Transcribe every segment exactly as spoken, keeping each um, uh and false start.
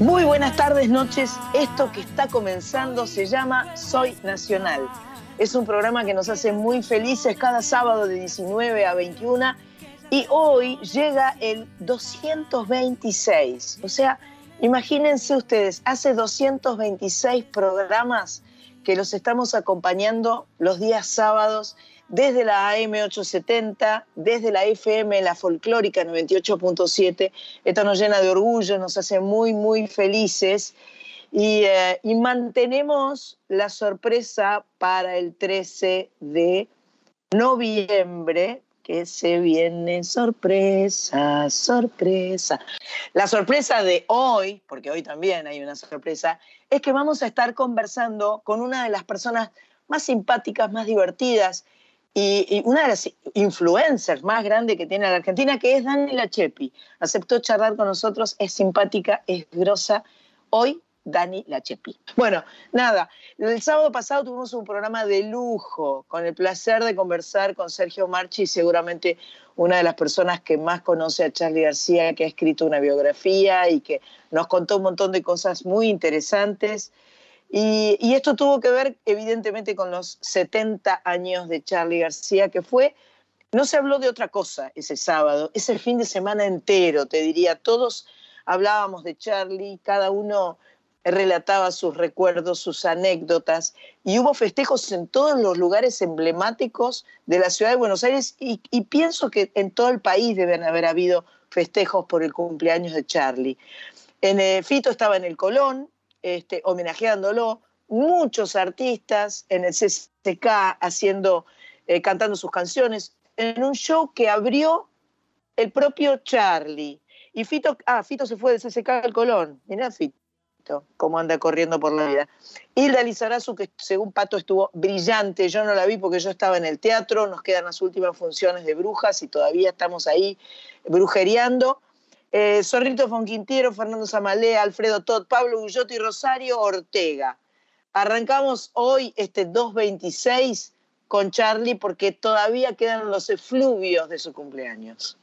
Muy buenas tardes, noches. Esto que está comenzando se llama Soy Nacional. Es un programa que nos hace muy felices cada sábado de diecinueve a veintiuna y hoy llega el doscientos veintiséis. O sea, imagínense ustedes, hace doscientos veintiséis programas que los estamos acompañando los días sábados desde la A M ochocientos setenta, desde la F M, la folclórica noventa y ocho punto siete. Esto nos llena de orgullo, nos hace muy, muy felices. Y, eh, y mantenemos la sorpresa para el trece de noviembre, que se viene sorpresa, sorpresa. La sorpresa de hoy, porque hoy también hay una sorpresa, es que vamos a estar conversando con una de las personas más simpáticas, más divertidas, Y, y una de las influencers más grandes que tiene la Argentina, que es Dani Lachepi. Aceptó charlar con nosotros, es simpática, es grosa. Hoy, Dani Lachepi. Bueno, nada, el sábado pasado tuvimos un programa de lujo, con el placer de conversar con Sergio Marchi, seguramente una de las personas que más conoce a Charly García, que ha escrito una biografía y que nos contó un montón de cosas muy interesantes. Y, y esto tuvo que ver, evidentemente, con los setenta años de Charly García, que fue, no se habló de otra cosa ese sábado, ese fin de semana entero, te diría. Todos hablábamos de Charly, cada uno relataba sus recuerdos, sus anécdotas, y hubo festejos en todos los lugares emblemáticos de la ciudad de Buenos Aires, y, y pienso que en todo el país deben haber habido festejos por el cumpleaños de Charly. En, eh, Fito estaba en el Colón, Este, homenajeándolo, muchos artistas en el C C K haciendo, eh, cantando sus canciones, en un show que abrió el propio Charly. Y Fito, ah, Fito se fue del C C K al Colón. Mirá Fito, cómo anda corriendo por la vida. Hilda Lizarazu, que según Pato estuvo brillante, yo no la vi porque yo estaba en el teatro, nos quedan las últimas funciones de Brujas y todavía estamos ahí brujereando. Eh, Zorrito Fonquintiero, Fernando Zamalea, Alfredo Todd, Pablo Gullotti y Rosario Ortega. Arrancamos hoy este dos veintiséis con Charly porque todavía quedan los efluvios de su cumpleaños.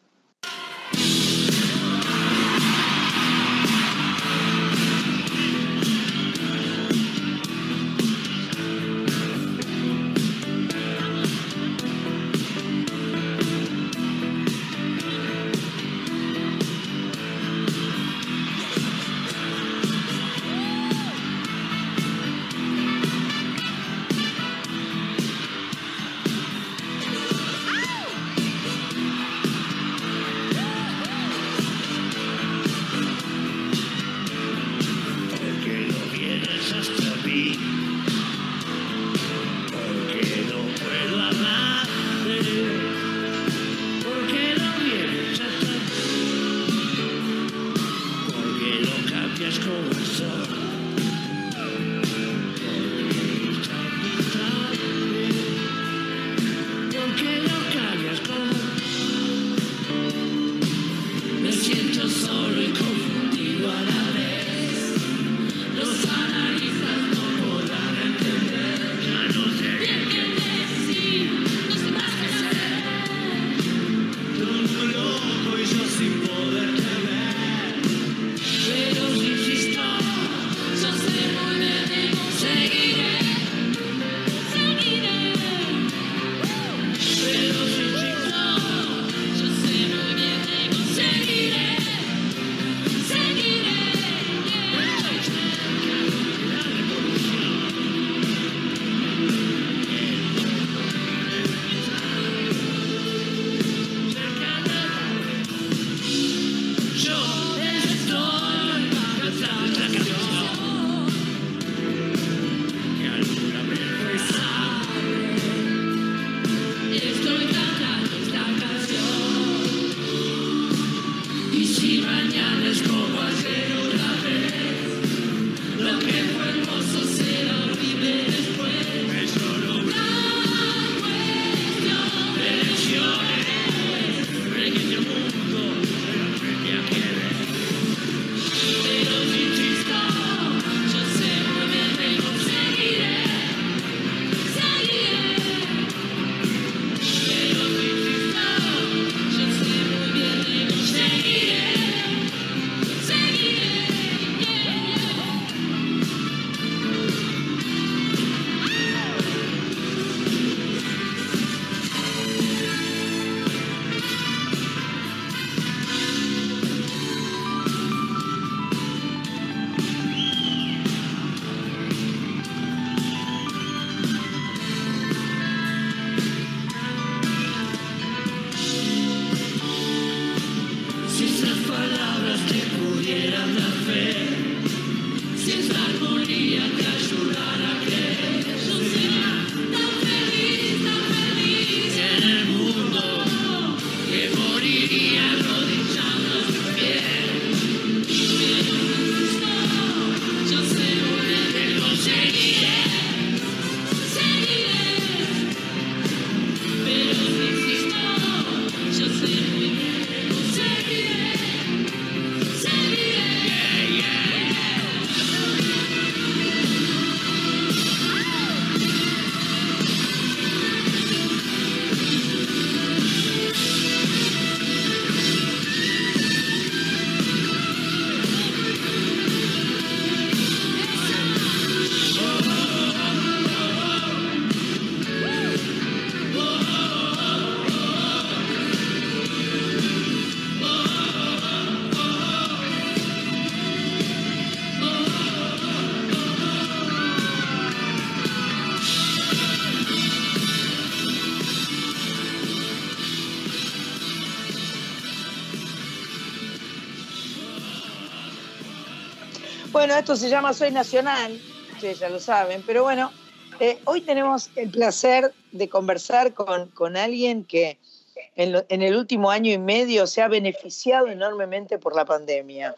Bueno, esto se llama Soy Nacional, ustedes ya lo saben, pero bueno, eh, hoy tenemos el placer de conversar con, con alguien que en, lo, en el último año y medio se ha beneficiado enormemente por la pandemia.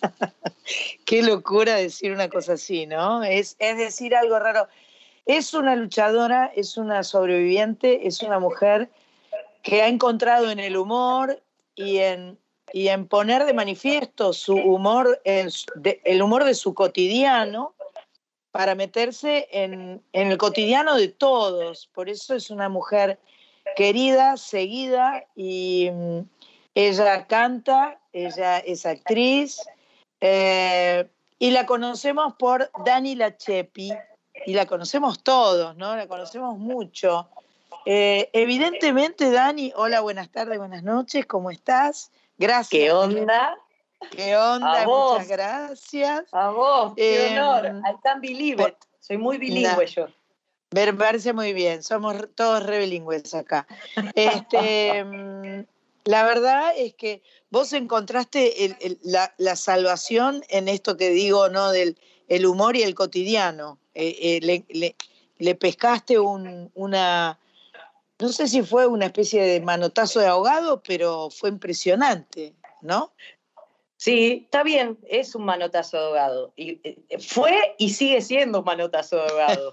Qué locura decir una cosa así, ¿no? Es, es decir algo raro. Es una luchadora, es una sobreviviente, es una mujer que ha encontrado en el humor y en... y en poner de manifiesto su humor, el, de, el humor de su cotidiano, para meterse en, en el cotidiano de todos. Por eso es una mujer querida, seguida, y um, ella canta, ella es actriz, eh, y la conocemos por Dani La Chepi, y la conocemos todos, ¿no? La conocemos mucho. Eh, evidentemente, Dani, hola, buenas tardes, buenas noches, ¿cómo estás? Gracias. ¿Qué onda? ¿Qué onda? A vos. Muchas gracias. A vos, qué eh, honor. I can't believe it. Soy muy bilingüe no, yo. Me parece muy bien, somos todos re bilingües acá. Este, la verdad es que vos encontraste el, el, la, la salvación en esto que digo, ¿no? Del el humor y el cotidiano. Eh, eh, le, le, le pescaste un, una... No sé si fue una especie de manotazo de ahogado, pero fue impresionante, ¿no? Sí, está bien, es un manotazo de ahogado. Y, eh, fue y sigue siendo un manotazo de ahogado.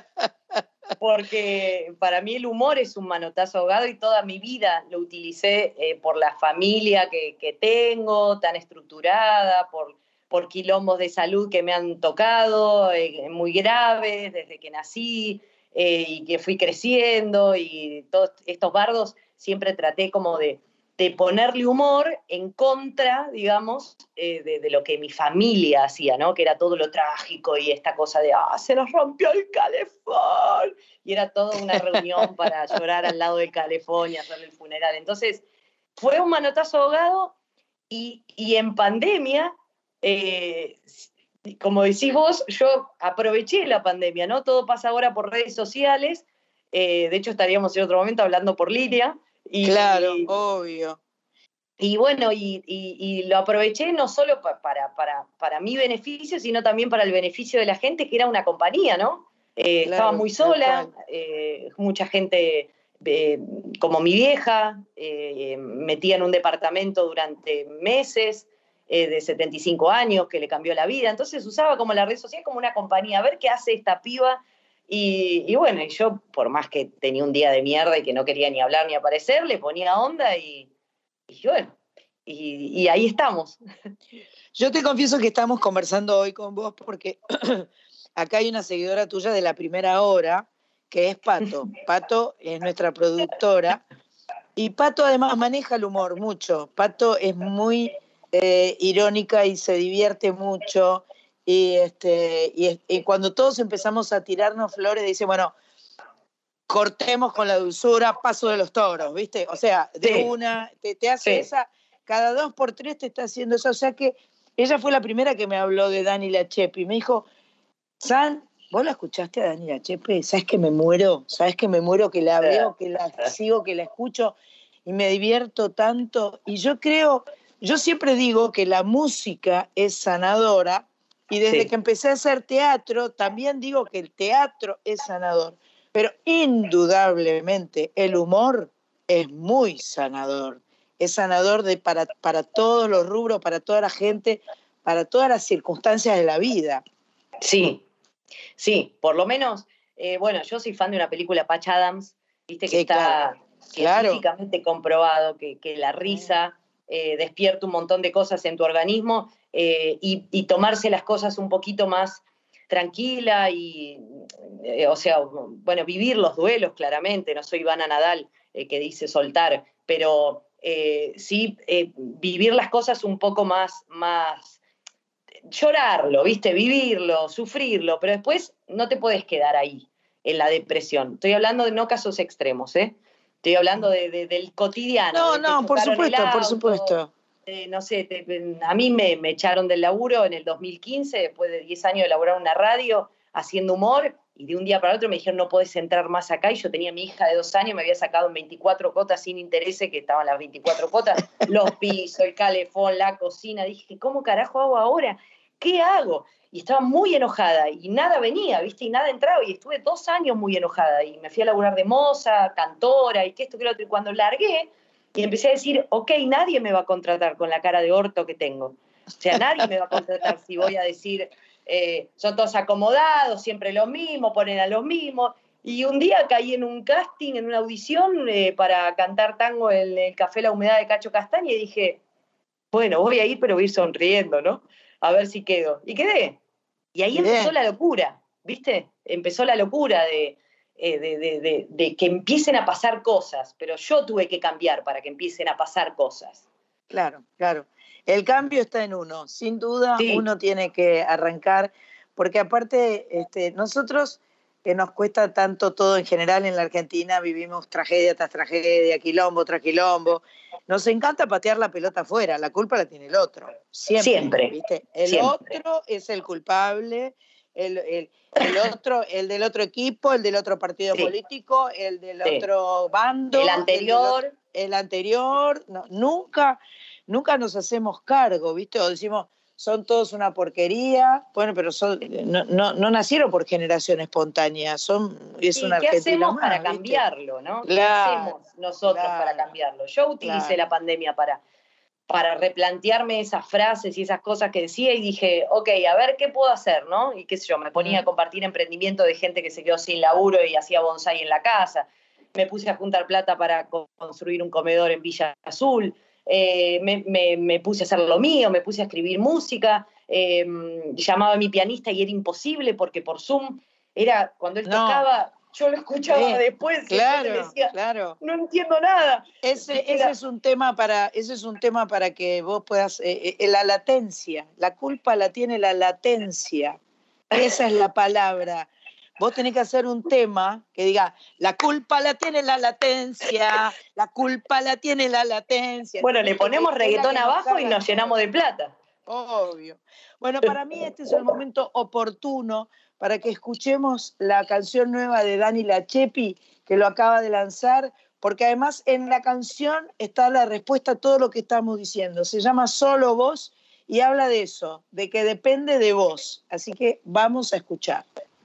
Porque para mí el humor es un manotazo ahogado y toda mi vida lo utilicé eh, por la familia que, que tengo, tan estructurada, por, por quilombos de salud que me han tocado, eh, muy graves desde que nací. Eh, y que fui creciendo y todos estos bardos siempre traté como de, de ponerle humor en contra, digamos, eh, de, de lo que mi familia hacía, ¿no? Que era todo lo trágico y esta cosa de, ah, se nos rompió el calefón. Y era toda una reunión para llorar al lado del calefón y hacerle el funeral. Entonces, fue un manotazo ahogado y, y en pandemia... Eh, como decís vos, yo aproveché la pandemia, ¿no? Todo pasa ahora por redes sociales. Eh, de hecho, estaríamos en otro momento hablando por línea. Y, claro, y, obvio. Y bueno, y, y, y lo aproveché no solo pa, para, para, para mi beneficio, sino también para el beneficio de la gente, que era una compañía, ¿no? Eh, claro, estaba muy sola, eh, mucha gente... Eh, como mi vieja, eh, metía en un departamento durante meses, Eh, de setenta y cinco años, que le cambió la vida. Entonces usaba como la red social como una compañía, a ver qué hace esta piba. Y, y bueno, y yo, por más que tenía un día de mierda y que no quería ni hablar ni aparecer, le ponía onda y, y bueno, y, y ahí estamos. Yo te confieso que estamos conversando hoy con vos porque acá hay una seguidora tuya de la primera hora, que es Pato. Pato es nuestra productora, y Pato además maneja el humor mucho. Pato es muy... Eh, irónica y se divierte mucho y, este, y, y cuando todos empezamos a tirarnos flores dice, bueno, cortemos con la dulzura, paso de los toros, ¿viste? O sea, de sí. una, te, te hace sí. esa, cada dos por tres te está haciendo eso, o sea que ella fue la primera que me habló de Dani La Chepi, me dijo, San, ¿vos la escuchaste a Dani La Chepi? ¿Sabes que me muero? ¿Sabes que me muero que la veo, que la sigo, que la escucho y me divierto tanto? Y yo creo... Yo siempre digo que la música es sanadora y desde Sí. que empecé a hacer teatro también digo que el teatro es sanador, pero indudablemente el humor es muy sanador, es sanador de, para, para todos los rubros, para toda la gente, para todas las circunstancias de la vida. Sí, sí, por lo menos, eh, bueno, yo soy fan de una película, Patch Adams, viste que Sí, está claro, científicamente comprobado que, que la risa eh, despierta un montón de cosas en tu organismo eh, y, y tomarse las cosas un poquito más tranquila y, eh, o sea, bueno, vivir los duelos claramente, no soy Ivana Nadal eh, que dice soltar, pero eh, sí eh, vivir las cosas un poco más, más llorarlo, ¿viste? Vivirlo, sufrirlo, pero después no te puedes quedar ahí, en la depresión. Estoy hablando de no casos extremos, ¿eh? Estoy hablando de, de, del cotidiano. No, de te no, por supuesto, el auto, por supuesto. Eh, no sé, te, a mí me, me echaron del laburo en el dos mil quince, después de diez años de laburar en una radio, haciendo humor, y de un día para otro me dijeron no podés entrar más acá, y yo tenía a mi hija de dos años, me había sacado en veinticuatro cuotas sin intereses, que estaban las veinticuatro cuotas, los pisos, el calefón, la cocina, dije, ¿cómo carajo hago ahora? ¿Qué hago? Y estaba muy enojada y nada venía, ¿viste? Y nada entraba y estuve dos años muy enojada y me fui a laburar de moza, cantora y que esto, que lo otro. Y cuando largué y empecé a decir, ok, nadie me va a contratar con la cara de orto que tengo. O sea, nadie me va a contratar si voy a decir, eh, son todos acomodados, siempre lo mismo, ponen a los mismos. Y un día caí en un casting, en una audición eh, para cantar tango en el Café La Humedad de Cacho Castaña y dije, bueno, voy a ir, pero voy a ir sonriendo, ¿no? A ver si quedo. Y quedé. Y ahí Bien. empezó la locura, ¿viste? Empezó la locura de, eh, de, de, de, de que empiecen a pasar cosas, pero yo tuve que cambiar para que empiecen a pasar cosas. Claro, claro. El cambio está en uno. Sin duda, Sí. uno tiene que arrancar, porque aparte, este, nosotros que nos cuesta tanto todo en general en la Argentina, vivimos tragedia tras tragedia, quilombo tras quilombo. Nos encanta patear la pelota afuera, la culpa la tiene el otro. Siempre. Siempre. ¿Viste? El Siempre. otro es el culpable, el, el, el otro, el del otro equipo, el del otro partido Sí. político, el del Sí. otro bando. El anterior. El, del, el anterior. No, nunca, nunca nos hacemos cargo, ¿viste? O decimos, son todos una porquería. Bueno, pero son, no, no, no nacieron por generación espontánea, son, es ¿Y una qué Argentina hacemos más, para ¿viste? cambiarlo, no? Claro, ¿Qué hacemos nosotros claro, para cambiarlo? Yo utilicé claro. la pandemia para, para replantearme esas frases y esas cosas que decía y dije, ok, a ver qué puedo hacer, ¿no? Y qué sé yo, me ponía Mm. a compartir emprendimiento de gente que se quedó sin laburo y hacía bonsái en la casa. Me puse a juntar plata para construir un comedor en Villa Azul. Eh, me, me, me puse a hacer lo mío, me puse a escribir música, eh, llamaba a mi pianista y era imposible porque por Zoom era, cuando él No. tocaba, yo lo escuchaba Sí, después y claro, le decía, claro. no entiendo nada. Ese, Era- ese es un tema para, ese es un tema para que vos puedas, eh, eh, la latencia, la culpa la tiene la latencia, esa es la palabra. Vos tenés que hacer un tema que diga, la culpa la tiene la latencia, la culpa la tiene la latencia. Bueno, le ponemos Es la reggaetón que nos abajo y carga nos llenamos de plata. Obvio. Bueno, para mí este es el momento oportuno para que escuchemos la canción nueva de Dani Lachepi, que lo acaba de lanzar, porque además en la canción está la respuesta a todo lo que estamos diciendo. Se llama Solo Vos y habla de eso, de que depende de vos. Así que vamos a escuchar.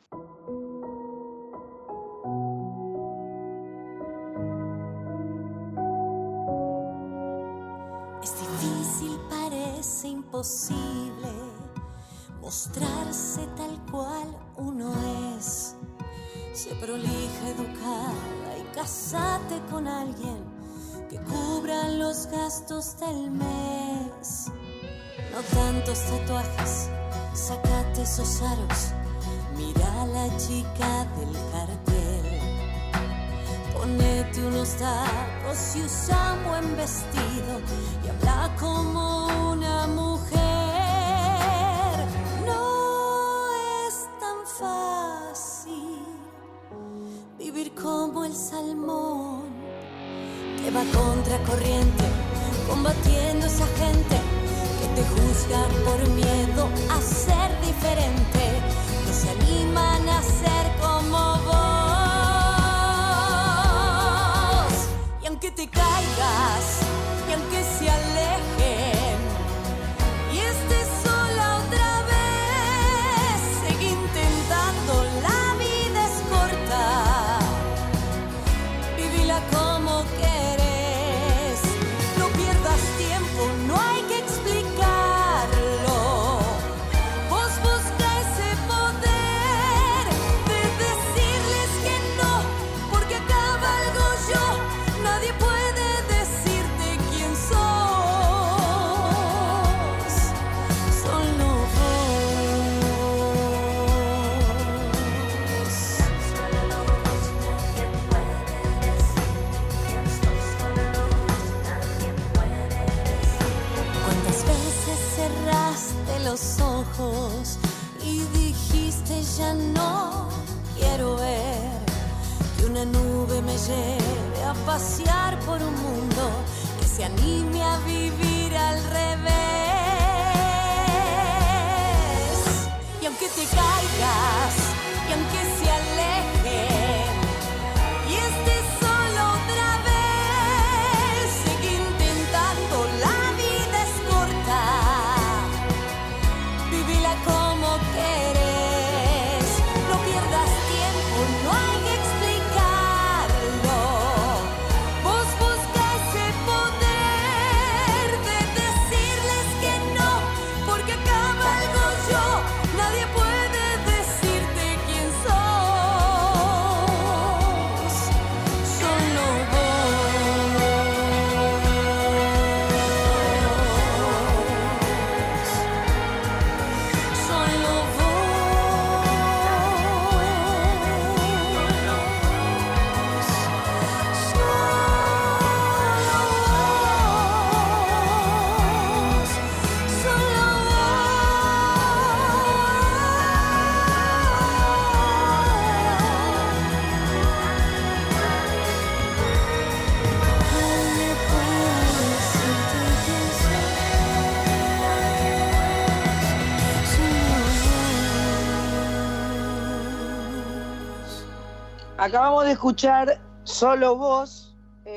Es difícil, parece imposible mostrarse tal cual uno es. Sé prolija, educada y casate con alguien que cubra los gastos del mes. No tantos tatuajes, sacate esos aros, mira a la chica del cartel. Ponete unos tacos y usa un buen vestido y habla como una mujer. No es tan fácil vivir como el salmón que va contracorriente, combatiendo a esa gente que te juzga por miedo a ser diferente. No se animan a ser como vos. Y aunque te caigas, y aunque se alejen ojos y dijiste ya no quiero ver que una nube me lleve a pasear por un mundo que se anime a vivir al revés. Y aunque te caigas y aunque se aleje y estés solo otra vez, sigue intentando, la vida es corta, vívela como querés, no pierdas tiempo, no hay que explicarlo, vos busca ese poder de decirles que no, porque acaba algo yo, nadie puede decirte quién sos, solo vos, solo Acabamos de escuchar Solo Vos,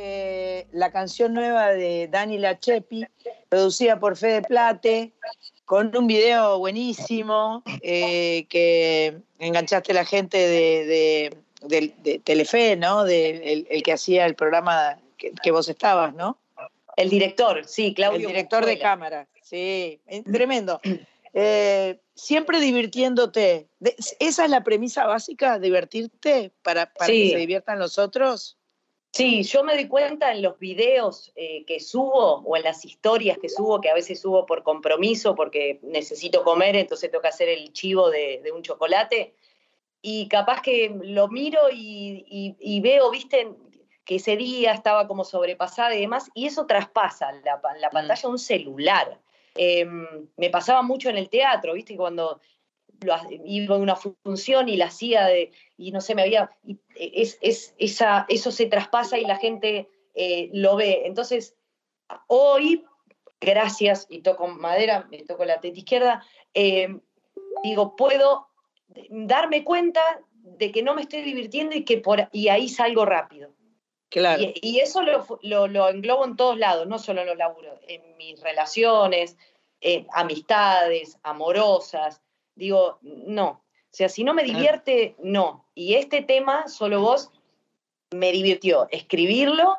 eh, la canción nueva de Dani Lachepi, producida por Fede Plate, con un video buenísimo, eh, que enganchaste a la gente de, de, de, de Telefe, ¿no? De, el, el que hacía el programa que, que vos estabas, ¿no? El director, sí, Claudio. El director de cámara, sí, tremendo. Eh, siempre divirtiéndote. De, ¿esa es la premisa básica, divertirte para, para Sí. que se diviertan los otros? Sí, yo me doy cuenta en los videos eh, que subo o en las historias que subo, que a veces subo por compromiso porque necesito comer, entonces tengo que hacer el chivo de, de un chocolate, y capaz que lo miro y, y, y veo, viste, que ese día estaba como sobrepasada y demás, y eso traspasa la, la pantalla de un celular. Eh, me pasaba mucho en el teatro, viste, cuando lo, iba a una función y la hacía de, y no sé, me había, y es, es, esa, eso se traspasa y la gente eh, lo ve. Entonces, hoy, gracias, y toco madera, me toco la teta izquierda, eh, digo, puedo darme cuenta de que no me estoy divirtiendo y que por y ahí salgo rápido. Claro. Y, y eso lo, lo, lo englobo en todos lados, no solo en los laburos, en mis relaciones, eh, amistades, amorosas. Digo, no. O sea, si no me divierte, no. Y este tema, Solo Vos, me divirtió escribirlo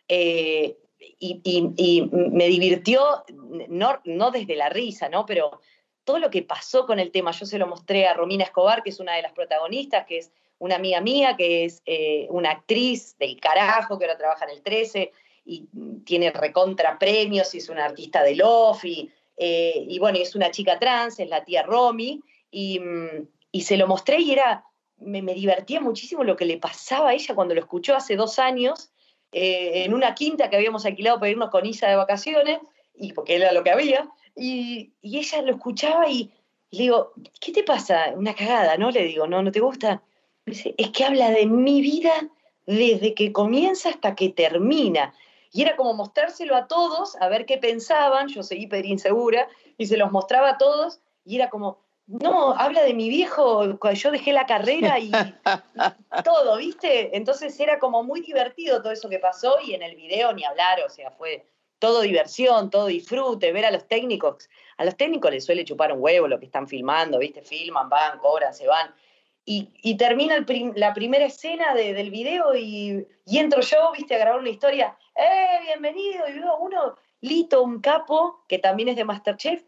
eh, y, y, y me divirtió, no, no desde la risa, ¿no? Pero todo lo que pasó con el tema, yo se lo mostré a Romina Escobar, que es una de las protagonistas, que es una amiga mía, que es eh, una actriz del carajo, que ahora trabaja en el trece, y tiene recontra premios, y es una artista de Lof, y, eh, y bueno, es una chica trans, es la tía Romy, y, y se lo mostré y era, me, me divertía muchísimo lo que le pasaba a ella cuando lo escuchó hace dos años, eh, en una quinta que habíamos alquilado para irnos con Isa de vacaciones, y porque era lo que había, y, y ella lo escuchaba y, y le digo, ¿qué te pasa? Una cagada, ¿no? Le digo, ¿no, no te gusta? Me dice, es que habla de mi vida desde que comienza hasta que termina. Y era como mostrárselo a todos, a ver qué pensaban, yo soy hiper insegura, y se los mostraba a todos, y era como, no, habla de mi viejo, cuando yo dejé la carrera y, y todo, ¿viste? Entonces era como muy divertido todo eso que pasó, y en el video ni hablar, o sea, fue todo diversión, todo disfrute, ver a los técnicos. A los técnicos les suele chupar un huevo lo que están filmando, ¿viste? Filman, van, cobran, se van. Y, y termina el prim, la primera escena de, del video y, y entro yo, viste, a grabar una historia. ¡Eh, bienvenido! Y veo uno, Lito, un capo, que también es de MasterChef.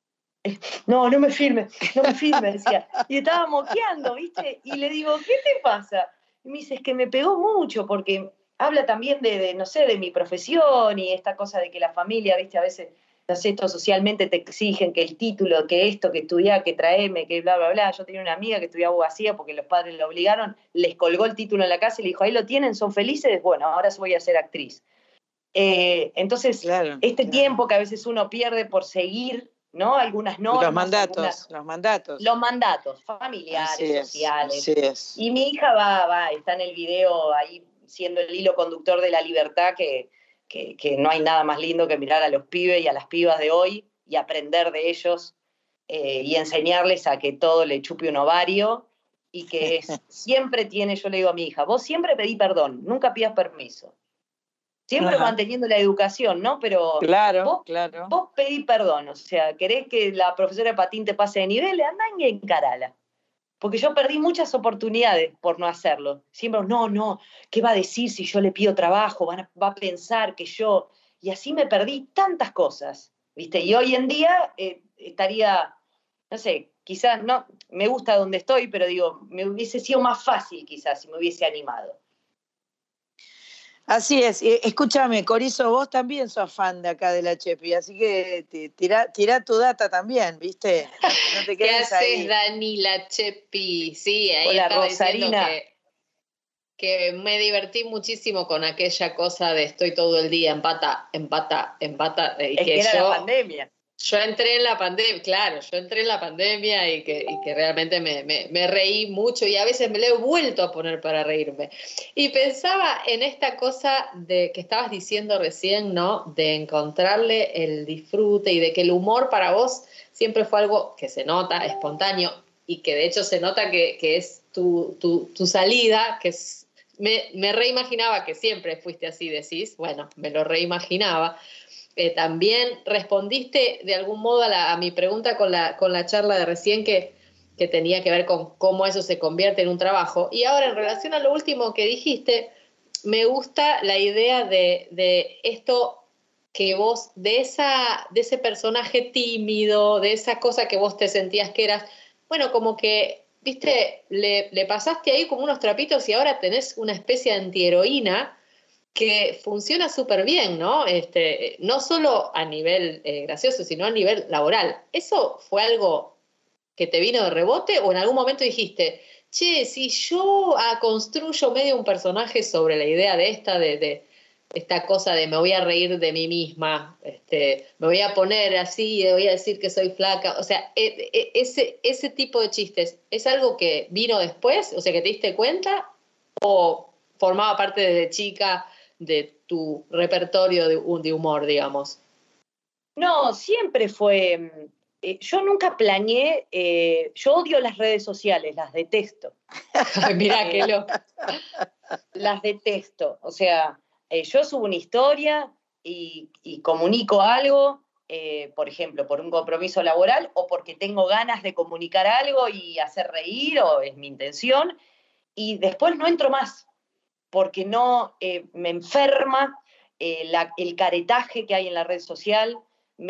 No, no me filme, no me filme, decía. Y estaba moqueando, viste, y le digo, ¿qué te pasa? Y me dice, es que me pegó mucho, porque habla también de, de, no sé, de mi profesión y esta cosa de que la familia, viste, a veces, no sé, esto socialmente te exigen que el título, que esto, que estudiar, que traeme, que bla, bla, bla. Yo tenía una amiga que estudiaba abogacía porque los padres la obligaron, les colgó el título en la casa y le dijo, ahí lo tienen, son felices, bueno, ahora voy a ser actriz. Eh, entonces, claro, este claro. tiempo que a veces uno pierde por seguir ¿no? Algunas normas. Los mandatos, algunas, los mandatos. Los mandatos familiares, así es, sociales. Así es. Y mi hija va, va, está en el video ahí siendo el hilo conductor de la libertad, que, que, que no hay nada más lindo que mirar a los pibes y a las pibas de hoy y aprender de ellos eh, y enseñarles a que todo le chupe un ovario y que es, siempre tiene, yo le digo a mi hija, vos siempre pedí perdón, nunca pidas permiso. Siempre Ajá. manteniendo la educación, ¿no? Pero claro, vos, claro. vos pedí perdón, o sea, querés que la profesora de patín te pase de nivel, andá y encarala. Porque yo perdí muchas oportunidades por no hacerlo. Siempre, no, no, ¿qué va a decir si yo le pido trabajo? Van a, va a pensar que yo... Y así me perdí tantas cosas, ¿viste? Y hoy en día eh, estaría, no sé, quizás, no, me gusta donde estoy, pero digo, me hubiese sido más fácil quizás si me hubiese animado. Así es. Escúchame, Corizo, vos también sos fan de acá de la Chepi, así que tirá, tirá tu data también, ¿viste? No te ¿Qué haces, ahí. Dani, la Chepi? Sí, ahí Hola, estaba Rosarina. diciendo que, que me divertí muchísimo con aquella cosa de estoy todo el día, empata, empata, empata. Y es que, que era yo, la pandemia. Yo entré en la pandemia, claro, yo entré en la pandemia y que, y que realmente me, me, me reí mucho y a veces me lo he vuelto a poner para reírme. Y pensaba en esta cosa de que estabas diciendo recién, ¿no? De encontrarle el disfrute y de que el humor para vos siempre fue algo que se nota, espontáneo, y que de hecho se nota que, que es tu, tu, tu salida, que es, me, me reimaginaba que siempre fuiste así, decís, bueno, me lo reimaginaba. Eh, también respondiste de algún modo a, la, a mi pregunta con la, con la charla de recién que, que tenía que ver con cómo eso se convierte en un trabajo. Y ahora, en relación a lo último que dijiste, me gusta la idea de, de esto que vos, de, esa, de ese personaje tímido, de esa cosa que vos te sentías que eras, bueno, como que, viste, le, le pasaste ahí como unos trapitos y ahora tenés una especie de antiheroína que funciona súper bien, ¿no? Este, no solo a nivel eh, gracioso, sino a nivel laboral. ¿Eso fue algo que te vino de rebote o en algún momento dijiste, che, si yo ah, construyo medio un personaje sobre la idea de esta, de, de esta cosa de me voy a reír de mí misma, este, me voy a poner así, voy a decir que soy flaca, o sea, e, e, ese, ese tipo de chistes, ¿es algo que vino después, o sea, que te diste cuenta o formaba parte desde chica de tu repertorio de, de humor, digamos? No, siempre fue... Eh, yo nunca planeé... Eh, yo odio las redes sociales, las detesto. Mirá que lo... Las detesto. O sea, eh, yo subo una historia y, y comunico algo, eh, por ejemplo, por un compromiso laboral o porque tengo ganas de comunicar algo y hacer reír, o es mi intención, y después no entro más. Porque no eh, me enferma eh, la, el caretaje que hay en la red social,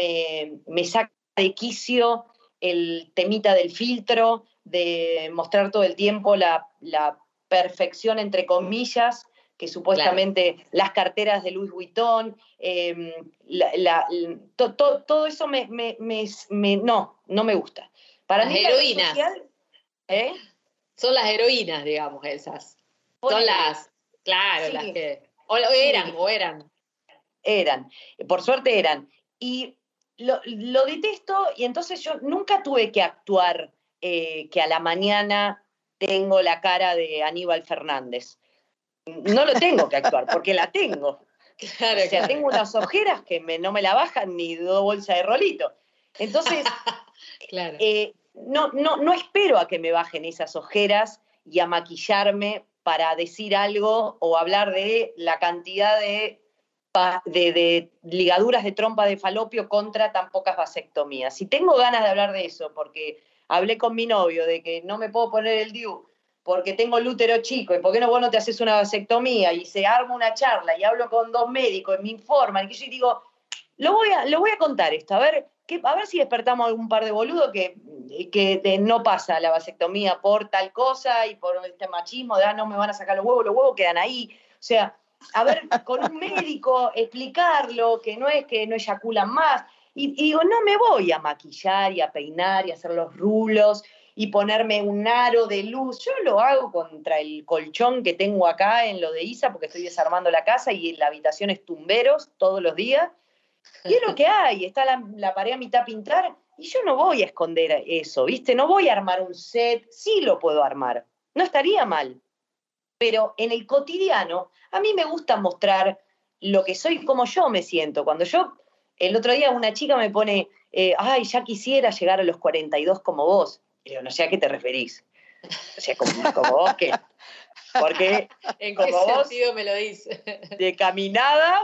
me, me saca de quicio el temita del filtro, de mostrar todo el tiempo la, la perfección, entre comillas, que supuestamente claro. Las carteras de Louis Vuitton, eh, la, la, to, to, todo eso me, me, me, me, no, no me gusta. Para las mí heroínas. La red social, ¿eh? Son las heroínas, digamos, esas. Son las... Claro, sí. Las que... O, o eran, sí. o eran. Eran, por suerte eran. Y lo, lo detesto, y entonces yo nunca tuve que actuar eh, que a la mañana tengo la cara de Aníbal Fernández. No lo tengo que actuar, porque la tengo. Claro, o sea, claro. tengo unas ojeras que me, no me la bajan ni dos bolsas de rolito. Entonces, claro. eh, no, no, no espero a que me bajen esas ojeras y a maquillarme para decir algo o hablar de la cantidad de, de, de ligaduras de trompa de falopio contra tan pocas vasectomías. Si tengo ganas de hablar de eso, porque hablé con mi novio de que no me puedo poner el D I U porque tengo el útero chico, y por qué no vos no te haces una vasectomía, y se arma una charla, y hablo con dos médicos, y me informan, y yo digo, lo voy a, lo voy a contar esto, a ver, que, a ver si despertamos algún par de boludos que, que de, no pasa la vasectomía por tal cosa y por este machismo de ah, no me van a sacar los huevos, los huevos quedan ahí. O sea, a ver, con un médico explicarlo, que no es que no eyaculan más. Y, y digo, no me voy a maquillar y a peinar y a hacer los rulos y ponerme un aro de luz. Yo lo hago contra el colchón que tengo acá en lo de Isa, porque estoy desarmando la casa y en la habitación es tumberos todos los días. Y es lo que hay, está la, la pared a mitad pintar, Y yo no voy a esconder eso, ¿viste? No voy a armar un set, sí lo puedo armar, no estaría mal. Pero en el cotidiano, a mí me gusta mostrar lo que soy, como yo me siento. Cuando yo, el otro día una chica me pone, eh, ay, ya quisiera llegar a los cuarenta y dos como vos. Y yo, no sé a qué te referís. O sea, como, como vos, ¿qué? Porque ¿En como qué vos, sentido me lo dice? de caminada,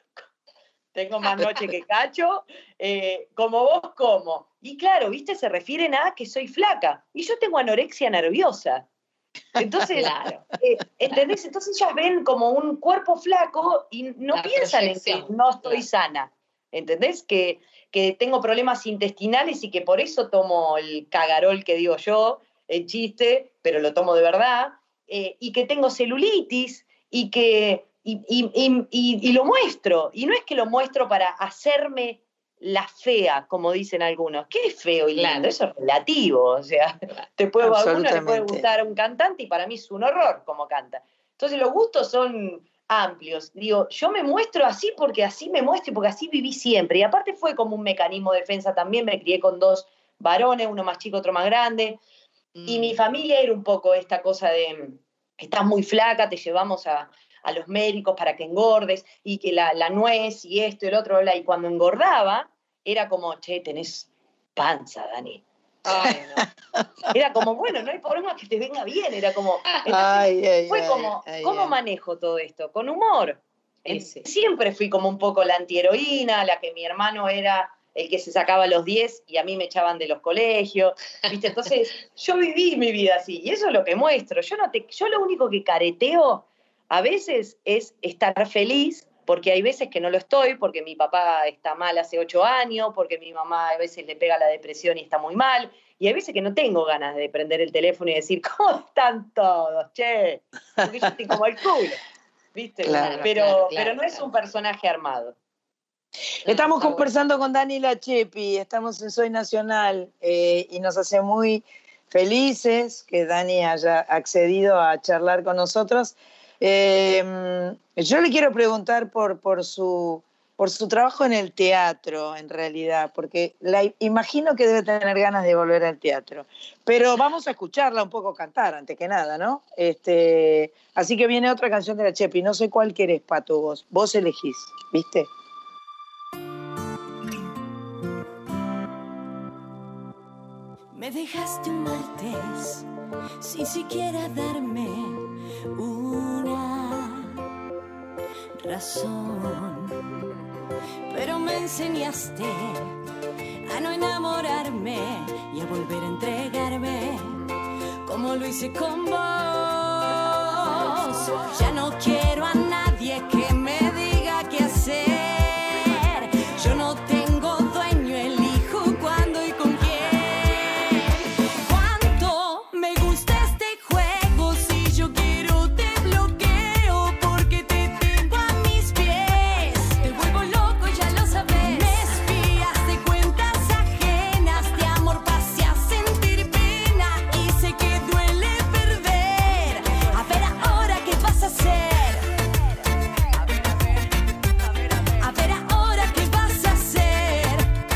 tengo más noche que cacho, eh, como vos, como. Y claro, ¿viste? Se refieren a que soy flaca. Y yo tengo anorexia nerviosa. Entonces, Claro. eh, ¿entendés? Entonces ellas ven como un cuerpo flaco y no La piensan en que proyección, no estoy claro. sana. ¿Entendés? Que, que tengo problemas intestinales y que por eso tomo el cagarol que digo yo, el chiste, pero lo tomo de verdad, eh, y que tengo celulitis y que y, y, y, y, y lo muestro. Y no es que lo muestro para hacerme la fea, como dicen algunos. ¿Qué es feo y lindo? Claro. Eso es relativo. O sea, te puede, a uno le puede Absolutamente. gustar un cantante y para mí es un horror como canta. Entonces los gustos son amplios. Digo, yo me muestro así porque así me muestro y porque así viví siempre. Y aparte fue como un mecanismo de defensa también. Me crié con dos varones, uno más chico, otro más grande. Mm. Y mi familia era un poco esta cosa de, estás muy flaca, te llevamos a, a los médicos para que engordes, y que la, la nuez y esto y el otro, y cuando engordaba, era como, che, tenés panza, Dani. Ay, no. Era como, bueno, no hay problema que te venga bien, era como, entonces, Ay, ay, fue ay, como, ay, ¿cómo ay. manejo todo esto? Con humor. Sí, sí. Siempre fui como un poco la antiheroína, la que mi hermano era el que se sacaba los diez y a mí me echaban de los colegios, ¿viste? Entonces, yo viví mi vida así, y eso es lo que muestro. Yo, no te, yo lo único que careteo a veces es estar feliz, porque hay veces que no lo estoy, porque mi papá está mal hace ocho años, porque mi mamá a veces le pega la depresión y está muy mal, y hay veces que no tengo ganas de prender el teléfono y decir, ¿cómo están todos, che? Porque yo estoy como el culo, ¿viste? Claro, pero, claro, claro, pero no es claro. un personaje armado. Estamos Está conversando con Dani Lachepi, estamos en Soy Nacional, eh, y nos hace muy felices que Dani haya accedido a charlar con nosotros. Eh, yo le quiero preguntar por, por, su, por su trabajo en el teatro, en realidad, porque la, imagino que debe tener ganas de volver al teatro. Pero vamos a escucharla un poco cantar, antes que nada, ¿no? Este, así que viene otra canción de la Chepi, no sé cuál querés, Pato, vos. Vos elegís, ¿viste? Me dejaste un martes sin siquiera darme una razón, pero me enseñaste a no enamorarme y a volver a entregarme como lo hice con vos. Ya no quiero a nadie que me diga qué hacer. Yo no tengo dueño, elijo cuándo y con quién. Cuánto me gusta este juego, si yo quiero te bloqueo porque te tengo a mis pies. Te vuelvo loco, ya lo sabes. Me espías de cuentas ajenas, de amor pasé a sentir pena y sé que duele perder. A ver ahora qué vas a hacer. A ver ahora qué vas a hacer.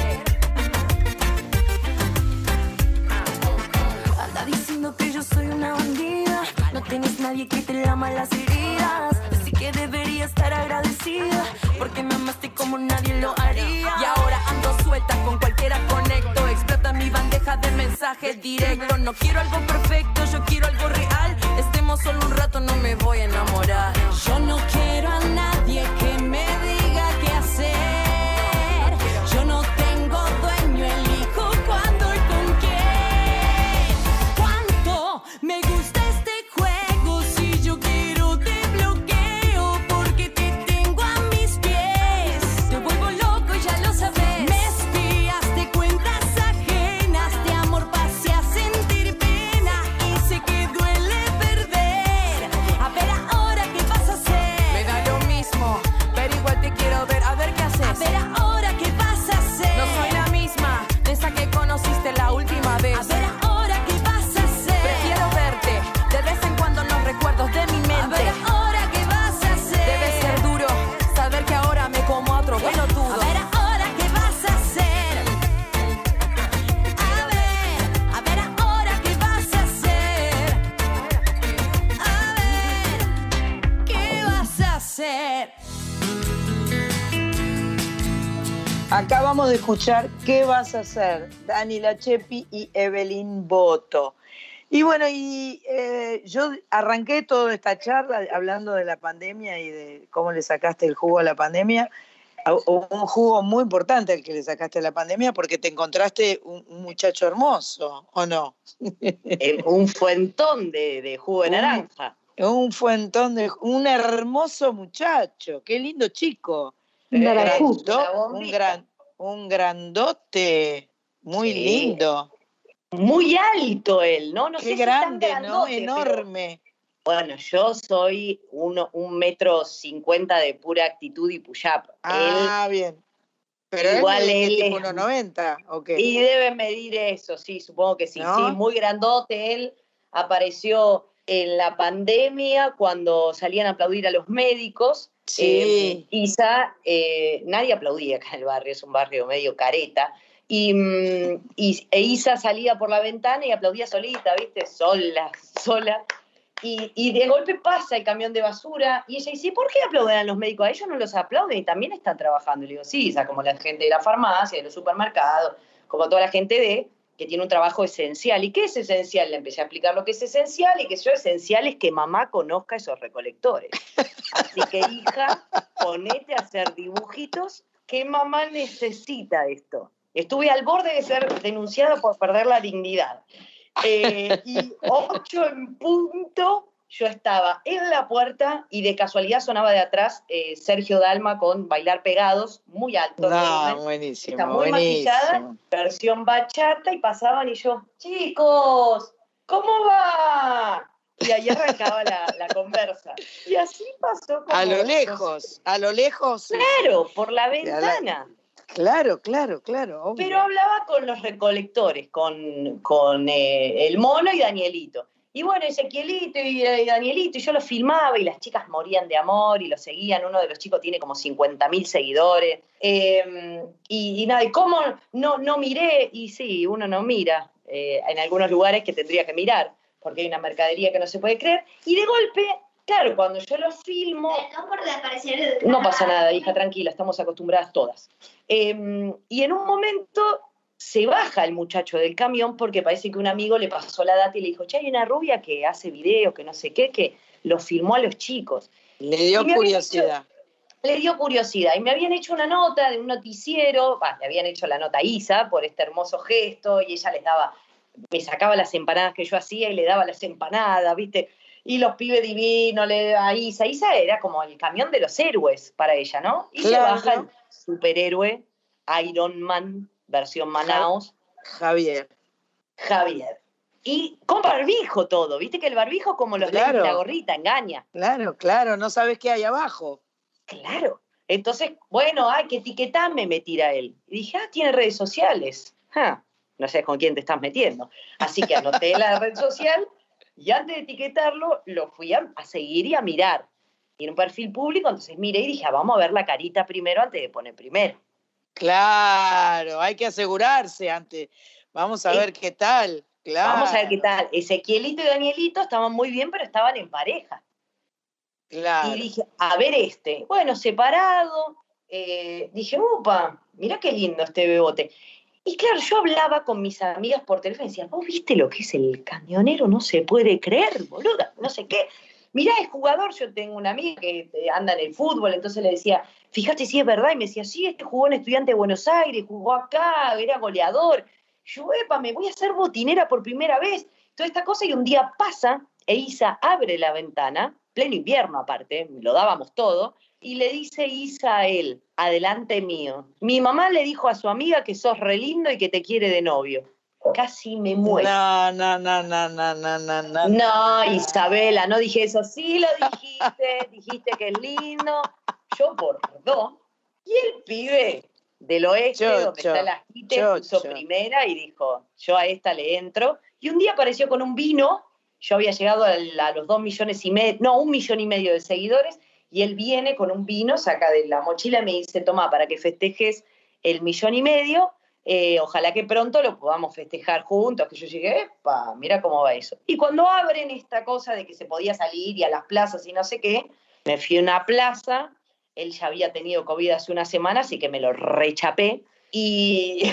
Anda diciendo que yo soy una bandida, no tienes nadie que te lama las heridas. Así que debería estar agradecida porque me amaste como nadie lo haría. Y ahora ando suelta, con cualquiera conecto. Explota mi bandeja de mensajes directos. No quiero algo perfecto, yo quiero algo real. Estemos solo un rato, no me voy a enamorar. Yo no quiero a nadie que me diga qué hacer. Yo no tengo dueño, elijo cuándo y con quién. Cuánto me gusta este juego, si yo quiero te bloqueo porque te tengo a mis pies. Te vuelvo loco, ya lo sabes. Me espías de cuentas ajenas, de amor pasé a sentir pena y sé que duele perder. A ver ahora qué vas a hacer. Me da lo mismo, Acabamos de escuchar ¿Qué vas a hacer? Dani Lachepi y Evelyn Boto. Y bueno, y eh, yo arranqué toda esta charla hablando de la pandemia y de cómo le sacaste el jugo a la pandemia. Un jugo muy importante el que le sacaste a la pandemia porque te encontraste un, un muchacho hermoso, ¿o no? Eh, un fuentón de, de jugo de naranja. Un, un fuentón de... Un hermoso muchacho, qué lindo chico. Un naranjú. Grando, un, gran, un grandote, muy Sí. lindo. Muy alto él, ¿no? No qué sé grande, si tan ¿no? grandote, Enorme. Pero, bueno, yo soy uno, un metro cincuenta de pura actitud y push-up. Ah, él, bien. Pero igual él, él es tipo es, uno noventa, ¿o qué? Y debe medir eso, sí, supongo que sí. ¿No? Sí, muy grandote. Él apareció en la pandemia cuando salían a aplaudir a los médicos. Sí. Eh, Isa, eh, nadie aplaudía acá en el barrio, es un barrio medio careta. Y, y e Isa salía por la ventana y aplaudía solita, ¿viste? Sola, sola. Y, y de golpe pasa el camión de basura y ella dice, ¿por qué aplauden a los médicos? A ellos no los aplauden y también están trabajando. Y le digo, sí, Isa, como la gente de la farmacia, de los supermercados, como toda la gente de que tiene un trabajo esencial. ¿Y qué es esencial? Le empecé a explicar lo que es esencial y que yo esencial es que mamá conozca esos recolectores. Así que, hija, ponete a hacer dibujitos que mamá necesita esto. Estuve al borde de ser denunciada por perder la dignidad. Eh, y ocho en punto, yo estaba en la puerta y de casualidad sonaba de atrás eh, Sergio Dalma con Bailar Pegados, muy alto. No, buenísimo, está muy buenísimo. maquillada, versión bachata, y pasaban y yo, chicos, ¿cómo va? Y ahí arrancaba la, la conversa. Y así pasó. Como a lo lejos, a lo lejos. Claro, por la ventana. Claro, claro, claro. Obvio. Pero hablaba con los recolectores, con, con eh, el mono y Danielito. Y bueno, Ezequielito y, y Danielito, y yo los filmaba y las chicas morían de amor y los seguían. Uno de los chicos tiene como cincuenta mil seguidores. Eh, y, y nada, ¿y cómo no, no miré? Y sí, uno no mira eh, en algunos lugares que tendría que mirar, porque hay una mercadería que no se puede creer. Y de golpe, claro, cuando yo lo filmo... No por desaparecer. No pasa nada, hija, tranquila, estamos acostumbradas todas. Eh, y en un momento se baja el muchacho del camión porque parece que un amigo le pasó la data y le dijo, che, hay una rubia que hace videos, que no sé qué, que lo filmó a los chicos. Le dio curiosidad. Hecho, le dio curiosidad. Y me habían hecho una nota de un noticiero, bah, le habían hecho la nota a Isa por este hermoso gesto, y ella les daba, me sacaba las empanadas que yo hacía y le daba las empanadas, ¿viste? Y los pibes divinos, le a Isa. Isa era como el camión de los héroes para ella, ¿no? Y claro. se baja el superhéroe Iron Man, versión Manaos. Javier. Javier. Y con barbijo todo, ¿viste? Que el barbijo, como los claro. lentes y la gorrita, engaña. Claro, claro, no sabes qué hay abajo. Claro. Entonces, bueno, ay, que etiquetame, me tira él. Y dije, ah, tiene redes sociales. Ah, no sé con quién te estás metiendo. Así que anoté la red social y antes de etiquetarlo, lo fui a, a seguir y a mirar. Tiene un perfil público, entonces miré y dije, ah, vamos a ver la carita primero antes de poner primero. Claro, hay que asegurarse antes. Vamos a eh, ver qué tal. Claro. Vamos a ver qué tal. Ezequielito y Danielito estaban muy bien, pero estaban en pareja. Claro. Y dije, a ver este. Bueno, separado. Eh, dije, upa, mirá qué lindo este bebote. Y claro, yo hablaba con mis amigas por teléfono y decía, ¿vos viste lo que es el camionero? No se puede creer, boluda, no sé qué. Mirá, es jugador, yo tengo una amiga que anda en el fútbol, entonces le decía, fíjate si es verdad, y me decía, sí, este jugó en Estudiante de Buenos Aires, jugó acá, era goleador. Yo, epa, me voy a hacer botinera por primera vez. Toda esta cosa, y un día pasa, e Isa abre la ventana, pleno invierno aparte, lo dábamos todo, y le dice Isa a él, adelante mío, mi mamá le dijo a su amiga que sos re lindo y que te quiere de novio. Casi me muero. No, no, no, no, no, no, no, no. No, Isabela, no dije eso. Sí lo dijiste, dijiste que es lindo. Yo por dos. Y el pibe del oeste, Chocho, donde está la Jite, puso primera y dijo, yo a esta le entro. Y un día apareció con un vino. Yo había llegado a, la, a los dos millones y medio, no, un millón y medio de seguidores. Y él viene con un vino, saca de la mochila y me dice, toma, para que festejes el millón y medio. Eh, ojalá que pronto lo podamos festejar juntos, que yo llegué, epa, mira cómo va eso. Y cuando abren esta cosa de que se podía salir y a las plazas y no sé qué, me fui a una plaza, él ya había tenido COVID hace una semana, así que me lo rechapé, y,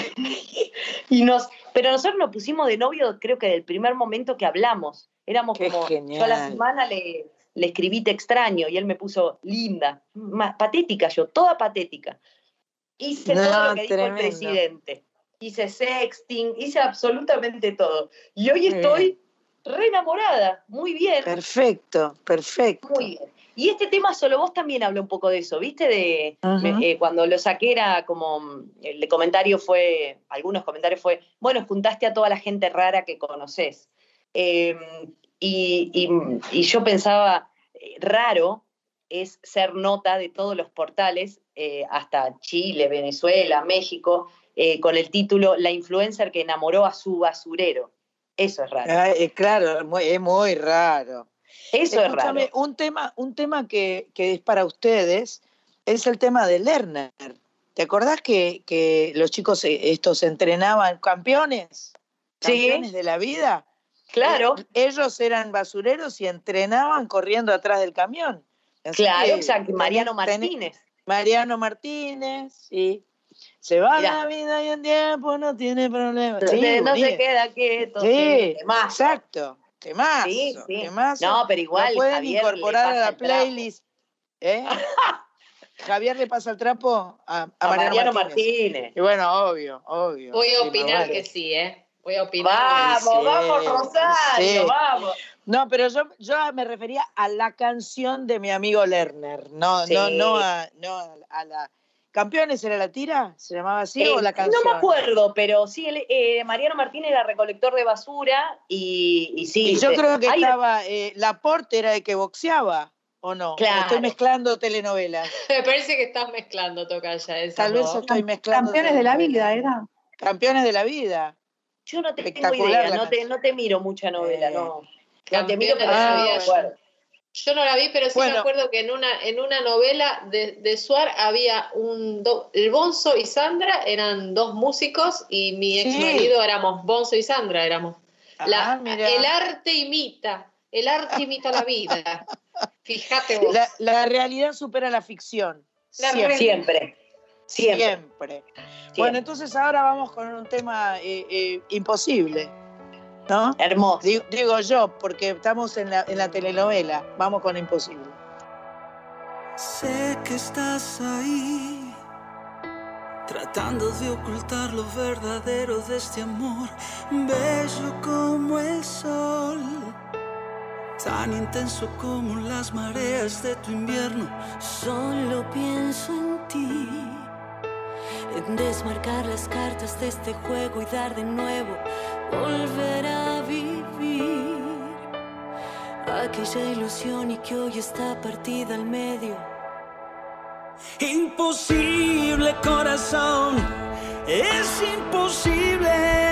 y nos, pero nosotros nos pusimos de novio creo que del primer momento que hablamos. Éramos Qué como, genial. yo a la semana le, le escribí te extraño y él me puso linda, más patética yo, toda patética. Hice No, todo lo que tremendo. dijo el presidente. Hice sexting, hice absolutamente todo. Y hoy Muy estoy re enamorada, muy bien. Perfecto, perfecto. Muy bien. Y este tema Solo Vos también habla un poco de eso, ¿viste? De Ajá. me- eh, cuando lo saqué era como, el de comentario fue, algunos comentarios fue, bueno, juntaste a toda la gente rara que conoces. Eh, y, y, y yo pensaba, eh, raro es ser nota de todos los portales, eh, hasta Chile, Venezuela, México, eh, con el título La influencer que enamoró a su basurero. Eso es raro. Ah, eh, claro, muy- es muy raro. Eso Escúchame, es raro. un tema, un tema que, que es para ustedes es el tema de Lerner. ¿Te acordás que, que los chicos eh, estos entrenaban campeones? Sí. Campeones de la vida. Claro. Eh, ellos eran basureros y entrenaban corriendo atrás del camión. Así Claro, que exacto. Mariano tenés- tenés- Martínez. Mariano Martínez, sí. Se va Mirá. la vida y el tiempo no tiene problema. No, Sí, se- no se bonito. queda quieto. Sí, temazo. exacto. Temazo, Sí, sí. temazo. No, pero igual, Lo pueden Javier incorporar le a pasa la el trapo. playlist. ¿Eh? Javier le pasa el trapo a, a A Mariano, Mariano Martínez. Martínez. Y bueno, obvio, obvio. Voy a Sí, opinar más que vale. sí, ¿eh? Voy a opinar. Vamos, Sí, vamos, Rosario, sí. vamos. No, pero yo, yo me refería a la canción de mi amigo Lerner, no, Sí. no, no, a, no a, a la... ¿Campeones era la tira? ¿Se llamaba así Eh, o la canción? No me acuerdo, pero sí, él, eh, Mariano Martínez era recolector de basura y, y sí. Y yo eh, creo que hay- estaba, eh, Laporte era el que boxeaba, ¿o no? Claro. O estoy mezclando telenovelas. Me parece que estás mezclando, Tocaya. Esa Tal vez no. estoy mezclando Campeones de la telenovelas. vida, ¿era? Campeones de la vida. Yo no te tengo Espectacular idea, la no te, canción. no te miro mucha novela, Eh, no. No te miro, Campeones pero de la sí vida, me acuerdo. Yo no la vi, pero sí Bueno. me acuerdo que en una, en una novela de, de Suar había un... do- el Bonzo y Sandra eran dos músicos y mi Sí. ex marido éramos Bonzo y Sandra, éramos. La- Ah, mira. el arte imita, el arte imita la vida. Fíjate vos. La, la realidad supera la ficción. La Siempre. re- Siempre. Siempre. Siempre. Bueno, entonces ahora vamos con un tema eh, eh, imposible, ¿no? Hermoso. Digo, digo yo, porque estamos en la, en la telenovela. Vamos con imposible. Sé que estás ahí, tratando de ocultar lo verdadero de este amor, bello como el sol, tan intenso como las mareas de tu invierno. Solo pienso en ti, en desmarcar las cartas de este juego y dar de nuevo, volver a vivir aquella ilusión y que hoy está partida al medio. Imposible, corazón, es imposible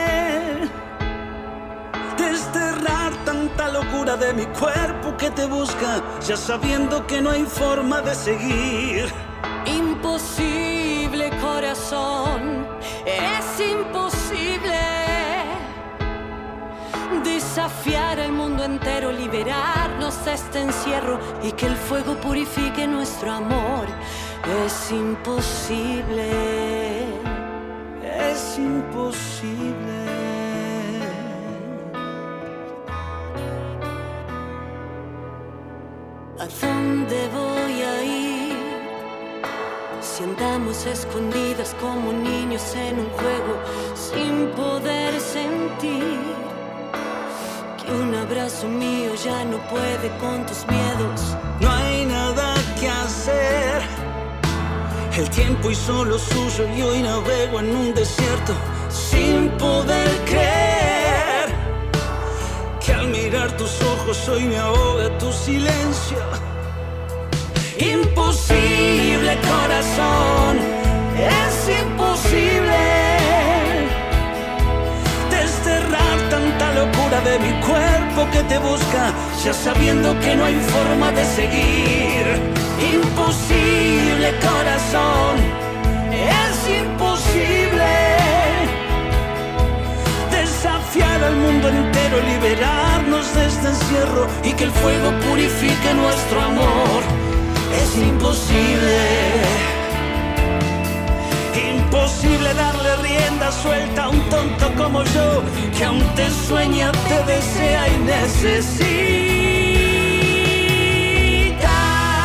desterrar tanta locura de mi cuerpo que te busca, ya sabiendo que no hay forma de seguir. Imposible, corazón, es imposible desafiar al mundo entero, liberarnos de este encierro y que el fuego purifique nuestro amor. Es imposible, Es imposible. ¿a dónde voy a ir? Si andamos escondidas como niños en un juego sin poder sentir que un abrazo mío ya no puede con tus miedos. No hay nada que hacer. El tiempo hizo lo suyo y hoy navego en un desierto sin poder creer que al mirar tus ojos hoy me ahoga tu silencio. Imposible, corazón, es imposible desterrar tanta locura de mi cuerpo que te busca, ya sabiendo que no hay forma de seguir. Imposible, corazón, es imposible desafiar al mundo entero, liberarnos de este encierro y que el fuego purifique nuestro amor. Es imposible, imposible. imposible darle rienda suelta a un tonto como yo, que aún te sueña, te desea y necesita.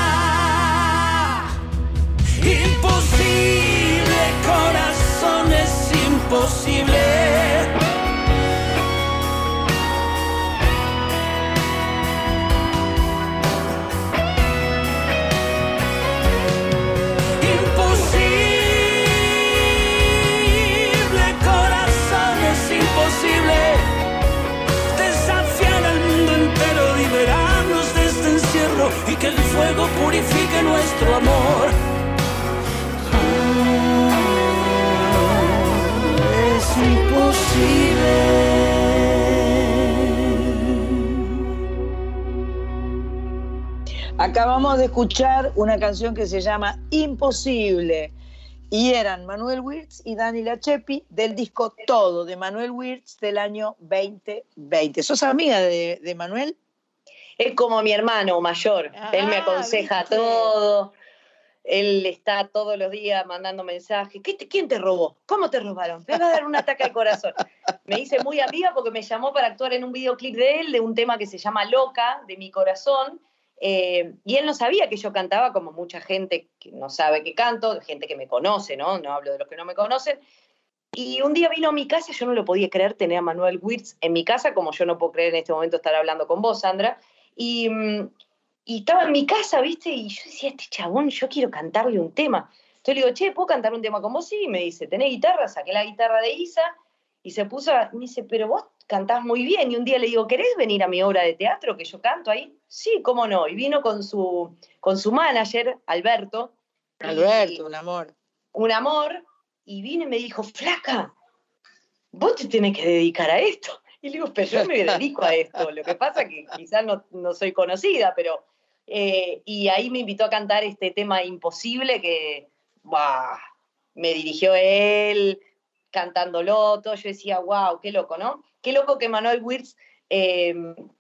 Imposible, corazón, es imposible. Desafiar al mundo entero, liberarnos de este encierro y que el fuego purifique nuestro amor. Oh, es imposible. Acabamos de escuchar una canción que se llama Imposible. Y eran Manuel Wirtz y Dani Lachepi del disco Todo, de Manuel Wirtz del año veinte veinte. ¿Sos amiga de, de Manuel? Es como mi hermano mayor. Ah, él me aconseja ¿viste? Todo. Él está todos los días mandando mensajes. ¿Qué te, ¿Quién te robó? ¿Cómo te robaron? Te va a dar un ataque al corazón. Me hice muy amiga porque me llamó para actuar en un videoclip de él, de un tema que se llama Loca, de mi corazón. Eh, y él no sabía que yo cantaba, como mucha gente que no sabe que canto, gente que me conoce, ¿no? No hablo de los que no me conocen. Y un día vino a mi casa, yo no lo podía creer tener a Manuel Wirtz en mi casa, como yo no puedo creer en este momento estar hablando con vos, Sandra. Y, y estaba en mi casa, ¿viste? Y yo decía, este chabón, yo quiero cantarle un tema. Entonces le digo, che, ¿puedo cantar un tema con vos? Sí, y me dice, ¿tenés guitarra? Saqué la guitarra de Isa y se puso, a, y me dice, pero vos cantás muy bien. Y un día le digo, ¿querés venir a mi obra de teatro que yo canto ahí? Sí, cómo no. Y vino con su, con su manager, Alberto. Alberto, y, un amor. Un amor. Y vino y me dijo, flaca, vos te tenés que dedicar a esto. Y le digo, pero yo me dedico a esto. Lo que pasa es que quizás no, no soy conocida, pero... Eh, y ahí me invitó a cantar este tema Imposible que, bah, me dirigió él, cantándolo, todo. Yo decía, wow, qué loco, ¿no? Qué loco que Manuel Wirtz... Eh,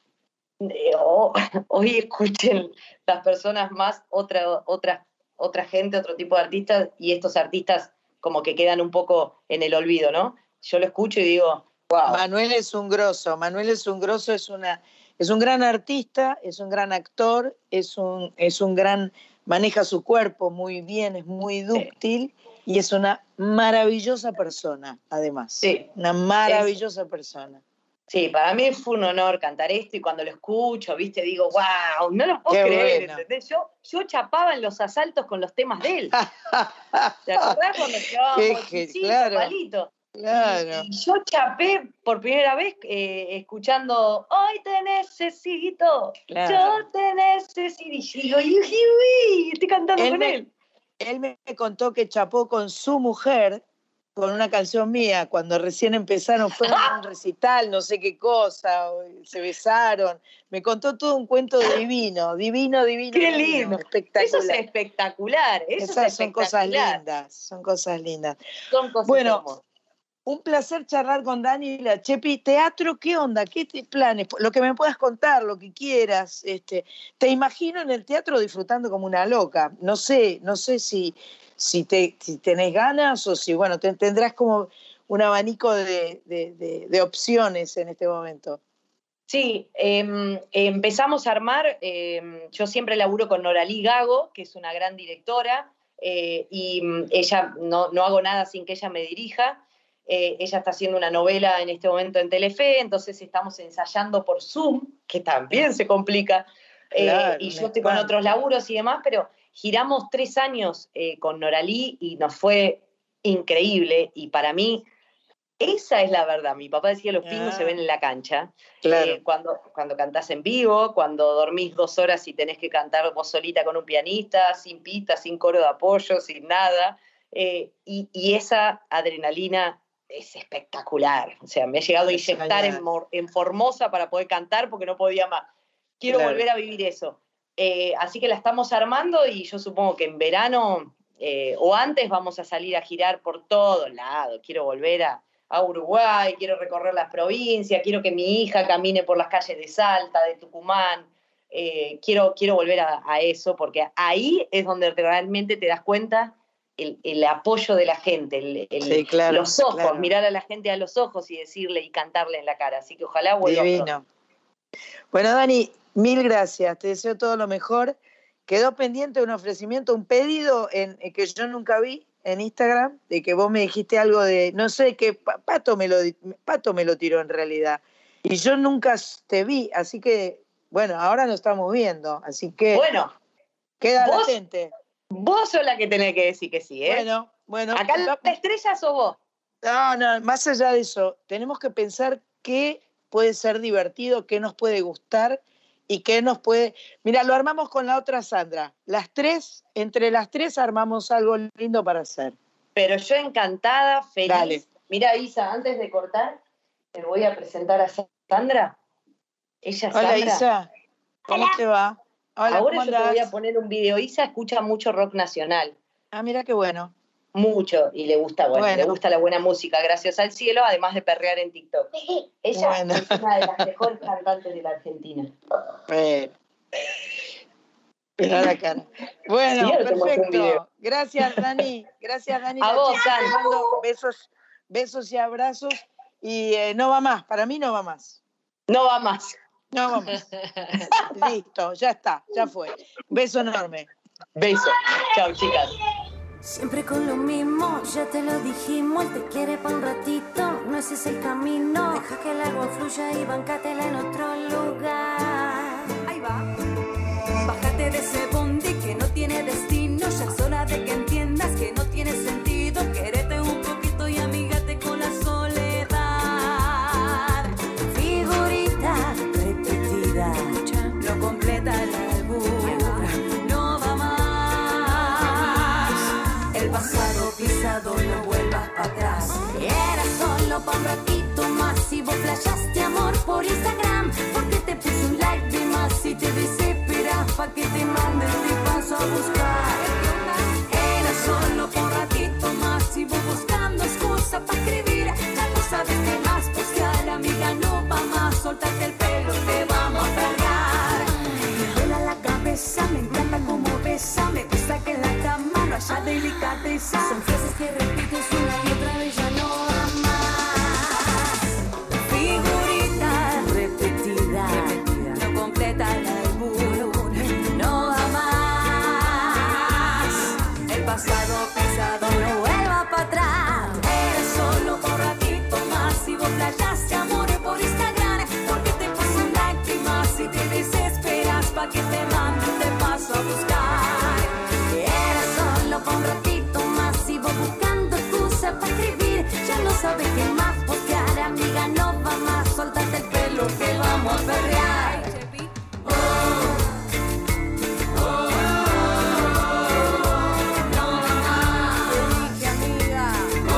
eh, oh, hoy escuchen las personas más, otra, otra, otra gente, otro tipo de artistas, y estos artistas como que quedan un poco en el olvido, ¿no? Yo lo escucho y digo, wow. Manuel es un grosso, Manuel es un grosso, es una... Es un gran artista, es un gran actor, es un, es un gran, maneja su cuerpo muy bien, es muy dúctil, sí. Y es una maravillosa persona, además. Sí. Una maravillosa es, persona. Sí, para mí fue un honor cantar esto y cuando lo escucho, viste, digo, wow, no lo puedo Qué creer, bueno. ¿Entendés? Yo, yo chapaba en los asaltos con los temas de él. ¿Te acordás cuando llevábamos sí, claro. palito? Claro. Y, y yo chapé por primera vez eh, escuchando Hoy te necesito, claro. Yo te necesito. Y digo, estoy cantando él con me, él. Él me contó que chapó con su mujer con una canción mía cuando recién empezaron, fue a un recital, no sé qué cosa, se besaron. Me contó todo un cuento divino, divino, divino. Qué divino, lindo. Espectacular. Eso es espectacular. Eso Esas es son espectacular. cosas lindas, son cosas lindas. Son cosas bueno, hermosas. Un placer charlar con Dani Lachepi. ¿Teatro qué onda? ¿Qué te planes? Lo que me puedas contar, lo que quieras. Este, te imagino en el teatro disfrutando como una loca. No sé, no sé si, si, te, si tenés ganas o si, bueno, te, tendrás como un abanico de, de, de, de opciones en este momento. Sí, eh, empezamos a armar, eh, yo siempre laburo con Noralí Gago, que es una gran directora, eh, y ella, no, no hago nada sin que ella me dirija. Eh, ella está haciendo una novela en este momento en Telefe, entonces estamos ensayando por Zoom, que también se complica, eh, claro, y yo estoy con otros laburos y demás, pero giramos tres años eh, con Noralí y nos fue increíble, y para mí esa es la verdad. Mi papá decía, los pingos ah, se ven en la cancha, claro. eh, cuando, cuando cantás en vivo, cuando dormís dos horas y tenés que cantar vos solita con un pianista, sin pista, sin coro de apoyo, sin nada, eh, y, y esa adrenalina es espectacular. O sea, me he llegado a inyectar en, en Formosa para poder cantar porque no podía más. Quiero claro. volver a vivir eso. Eh, así que la estamos armando y yo supongo que en verano eh, o antes vamos a salir a girar por todos lados. Quiero volver a, a Uruguay, quiero recorrer las provincias, quiero que mi hija camine por las calles de Salta, de Tucumán. Eh, quiero, quiero volver a, a eso porque ahí es donde realmente te das cuenta el, el apoyo de la gente, el, el, sí, claro, los ojos, claro. mirar a la gente a los ojos y decirle y cantarle en la cara. Así que ojalá vuelva Divino. pronto. Bueno, Dani, mil gracias, te deseo todo lo mejor. Quedó pendiente un ofrecimiento, un pedido en, en que yo nunca vi en Instagram, de que vos me dijiste algo de, no sé, que Pato me lo, Pato me lo tiró en realidad. Y yo nunca te vi, así que, bueno, ahora nos estamos viendo, así que Bueno, queda vos, latente. Vos sos la que tenés que decir que sí, ¿eh? Bueno, bueno. Acá la estrella sos vos. No, no, más allá de eso, tenemos que pensar qué puede ser divertido, qué nos puede gustar y qué nos puede... Mira, lo armamos con la otra Sandra. Las tres, entre las tres armamos algo lindo para hacer. Pero yo encantada, feliz. Dale. Mira, Isa, antes de cortar, te voy a presentar a Sandra. Ella es Hola, Sandra. Isa. ¿Cómo Hola. te va? Hola, Ahora ¿cómo yo andás? te voy a poner un video. Isa escucha mucho rock nacional. Ah, mira qué bueno. Mucho, y le gusta, bueno, Bueno. le gusta la buena música, gracias al cielo, además de perrear en TikTok. Ella Bueno. es una de las mejores cantantes de la Argentina. Bueno. Mirá la cara. Bueno, Sí, ahora te muestro un perfecto. video. Gracias, Dani. Gracias, Dani. A La vos, chica, San. te mando besos, besos y abrazos. Y eh, no va más, para mí no va más. No va más. No va más. Listo, ya está, ya fue. Beso enorme. Beso. Chao, chicas. Siempre con lo mismo, ya te lo dijimos, él te quiere pa' un ratito, no ese es el camino. Deja que el agua fluya y bancátela en otro lugar. Ahí va. Bájate de ese bondi que no tiene destino, ya es hora de que entiendas que no tiene sentido. Quérete un poquito y amígate con la soledad. Figurita repetida, no completa el álbum. No va más. El pasado pisado, no vuelvas para atrás. Era solo pa' un ratito más y vos flashaste amor por Instagram. Porque te puse un like de más y te desesperas pa' que te mande te paso a buscar. Era solo por un ratito más y vos buscando excusa pa' escribir. Ya no sabes qué más postear, amiga, no va más. Soltate el pelo, te vamos a cargar. Me vuela la cabeza, me encanta como besa. Me gusta que en la cama no haya delicadeza. Son frases que repites una y otra vez, ya no va más. Figurita repetida, no completa el álbum. No va más. El pasado pisado, no vuelva para atrás. Era solo por ratito más y vos flashaste amor por Instagram. Porque te puse un like y más y te desesperas pa' que te mande te paso a buscar. Era solo por un ratito más y vos buscando excusa pa' escribir. Ya no sabes qué más postear, amiga, no va más. Soltate el pelo que vamos a perrear. Oh, oh, oh, no va más. Te dije, amiga. Oh,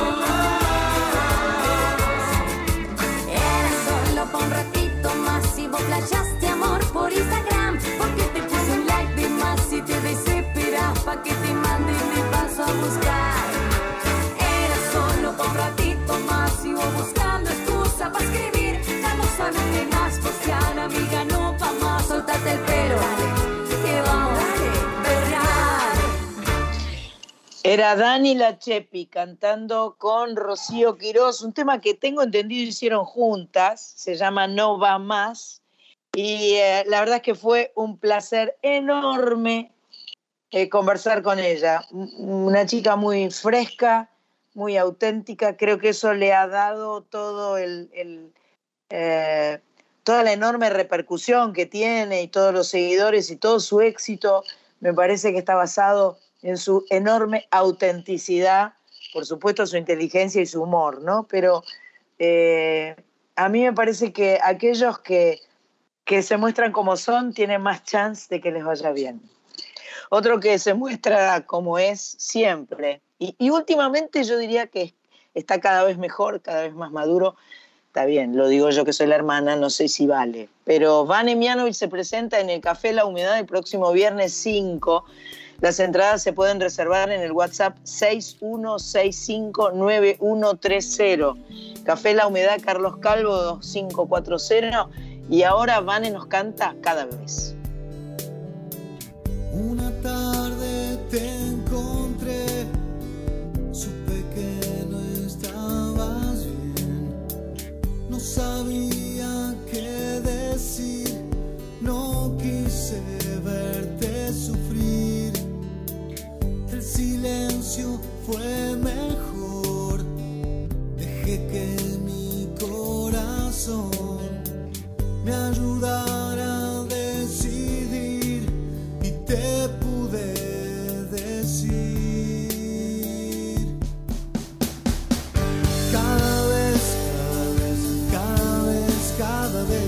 era solo por un ratito más y vos flashaste amor por Instagram. Porque te puse un like de más y te desesperas pa' que te mande y te paso a buscar. Era solo por un ratito más y vos buscando excusa pa' escribir. Ya no sabes qué más postear, amiga, no va más. Soltate el pelo, que vamos a perrear. Era Dani La Chepi cantando con Rocío Quirós, un tema que tengo entendido hicieron juntas, se llama No Va Más, y eh, la verdad es que fue un placer enorme eh, conversar con ella. Una chica muy fresca, muy auténtica, creo que eso le ha dado todo el, el, eh, toda la enorme repercusión que tiene y todos los seguidores y todo su éxito, me parece que está basado en su enorme autenticidad, por supuesto su inteligencia y su humor, ¿no? Pero eh, a mí me parece que aquellos que, que se muestran como son tienen más chance de que les vaya bien. Otro que se muestra como es siempre, y, y últimamente yo diría que está cada vez mejor, cada vez más maduro. Está bien, lo digo yo que soy la hermana, no sé si vale, pero Vane Mianovich se presenta en el Café La Humedad el próximo viernes cinco. Las entradas se pueden reservar en el WhatsApp seis uno seis cinco nueve uno tres cero. Café La Humedad, Carlos Calvo dos cinco cuatro cero. Y ahora Vane nos canta Cada Vez. Una tarde te encontré que mi corazón me ayudara a decidir y te pude decir. Cada vez, cada vez, cada vez, cada vez,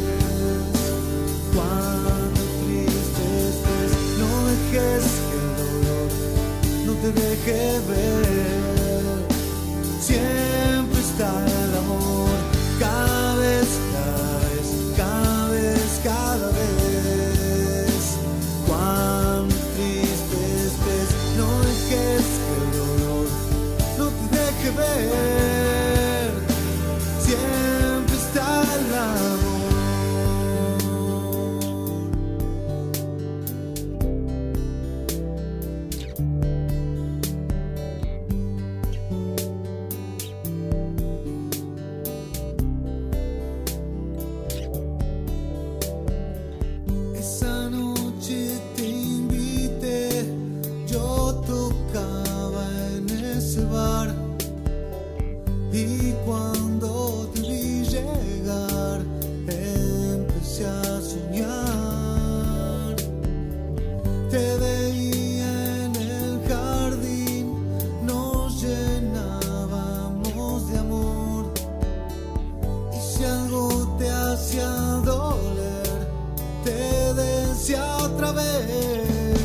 cuando triste estés, no dejes que el dolor no te deje ver. Siempre está el amor. Cada vez, cada vez, cada vez, cada vez, cuando triste estés, no dejes que el dolor no te deje ver. Siempre está el amor. Esa noche te invité, yo tocaba en ese bar y cuando te vi llegar empecé a soñar. Te veía en el jardín, nos llenábamos de amor y si algo te hacía doler, te decía otra vez.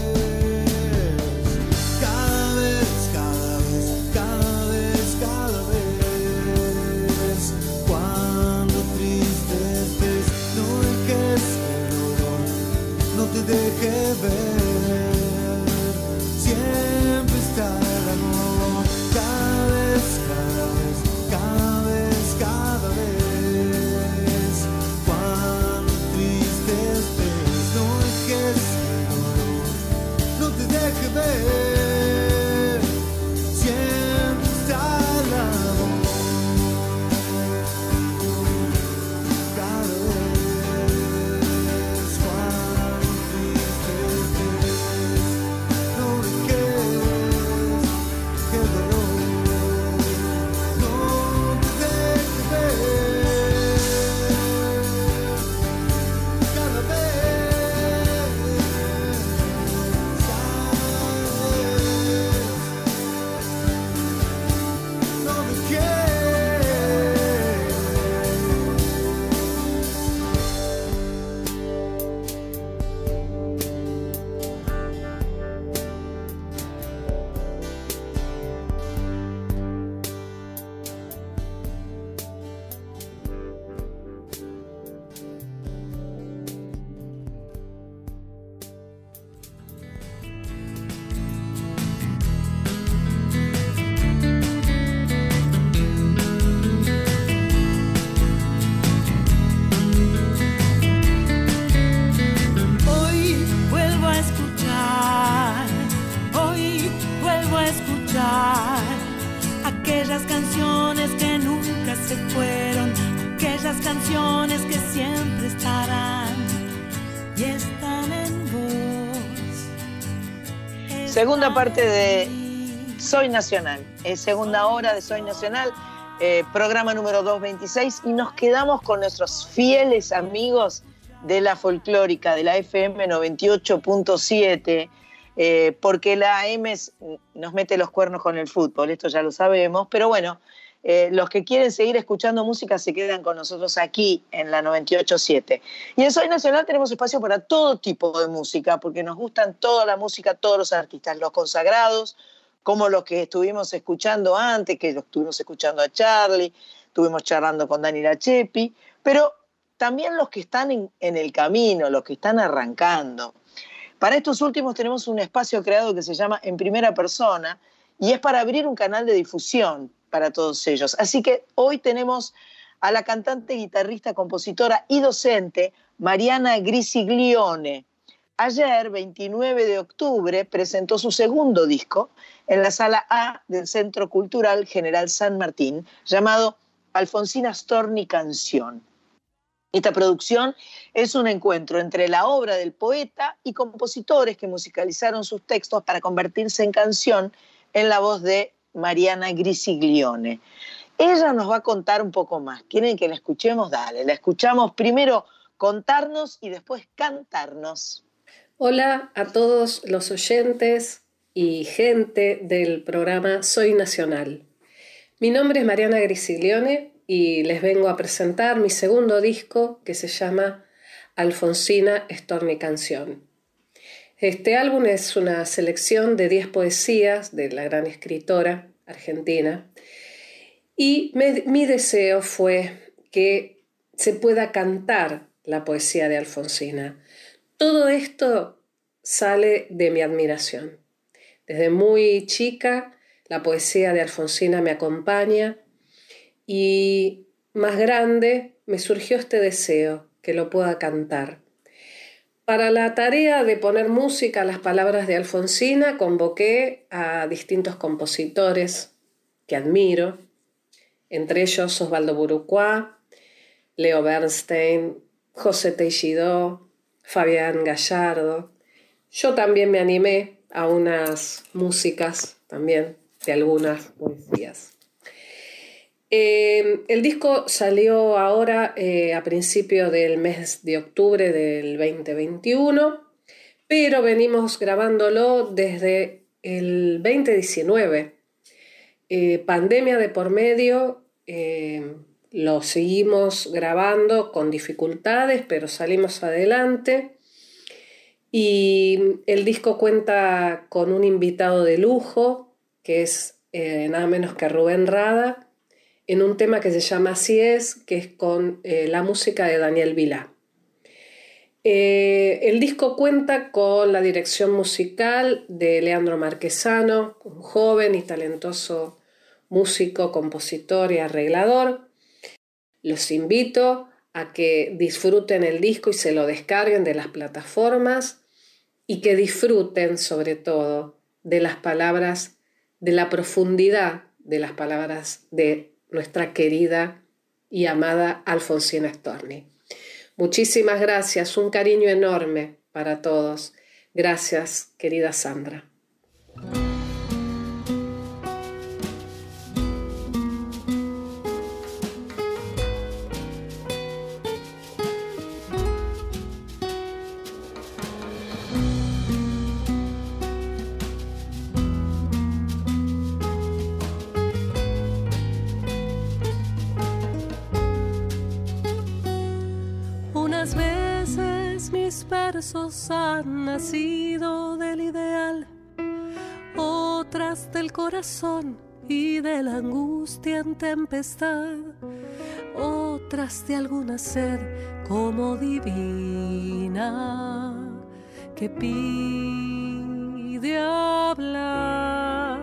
Cada vez, cada vez, cada vez, cada vez, cuando triste estés, no dejes que el dolor no te deje ver. Siempre está el amor. Cada vez, cada vez, cada vez, cada vez, cuando triste estés, no dejes que el dolor no te deje ver. Siempre está el amor. Cada vez, cuando triste estés, no dejes que el dolor no te deje ver. Cada vez, no dejes. Hoy vuelvo a escuchar, hoy vuelvo a escuchar aquellas canciones que nunca se fueron, aquellas canciones que siempre estarán y están en vos. Segunda Están parte de en mí. Soy Nacional, es segunda hora de Soy Nacional, eh, programa número doscientos veintiséis, y nos quedamos con nuestros fieles amigos de la folclórica, de la F M noventa y ocho punto siete, eh, porque la A M es- nos mete los cuernos con el fútbol, esto ya lo sabemos, pero bueno, eh, los que quieren seguir escuchando música se quedan con nosotros aquí en la noventa y ocho punto siete. Y en Soy Nacional tenemos espacio para todo tipo de música, porque nos gustan toda la música, todos los artistas, los consagrados, como los que estuvimos escuchando antes, que los estuvimos escuchando a Charlie, estuvimos charlando con Dani Lachepi, pero también los que están en, en el camino, los que están arrancando. Para estos últimos tenemos un espacio creado que se llama En Primera Persona, y es para abrir un canal de difusión para todos ellos. Así que hoy tenemos a la cantante, guitarrista, compositora y docente Mariana Grisiglione. Ayer, veintinueve de octubre, presentó su segundo disco en la Sala A del Centro Cultural General San Martín, llamado Alfonsina Storni Canción. Esta producción es un encuentro entre la obra del poeta y compositores que musicalizaron sus textos para convertirse en canción en la voz de Mariana Grisiglione. Ella nos va a contar un poco más. ¿Quieren que la escuchemos? Dale, la escuchamos primero contarnos y después cantarnos. Hola a todos los oyentes y gente del programa Soy Nacional. Mi nombre es Mariana Grisiglione y les vengo a presentar mi segundo disco que se llama Alfonsina Storni Canción. Este álbum es una selección de diez poesías de la gran escritora argentina y me, mi deseo fue que se pueda cantar la poesía de Alfonsina. Todo esto sale de mi admiración. Desde muy chica la poesía de Alfonsina me acompaña y más grande me surgió este deseo que lo pueda cantar. Para la tarea de poner música a las palabras de Alfonsina convoqué a distintos compositores que admiro, entre ellos Osvaldo Burucuá, Leo Bernstein, José Teixidó, Fabián Gallardo. Yo también me animé a unas músicas también de algunas poesías. Eh, el disco salió ahora eh, a principio del mes de octubre del veinte veintiuno, pero venimos grabándolo desde el veinte diecinueve. Eh, pandemia de por medio, eh, lo seguimos grabando con dificultades, pero salimos adelante. Y el disco cuenta con un invitado de lujo, que es eh, nada menos que Rubén Rada, en un tema que se llama Así es, que es con eh, la música de Daniel Vilá. Eh, el disco cuenta con la dirección musical de Leandro Marquesano, un joven y talentoso músico, compositor y arreglador. Los invito a que disfruten el disco y se lo descarguen de las plataformas y que disfruten sobre todo de las palabras, de la profundidad de las palabras de nuestra querida y amada Alfonsina Storni. Muchísimas gracias, un cariño enorme para todos. Gracias, querida Sandra. Versos han nacido del ideal, otras del corazón y de la angustia en tempestad, otras de alguna sed como divina que pide hablar,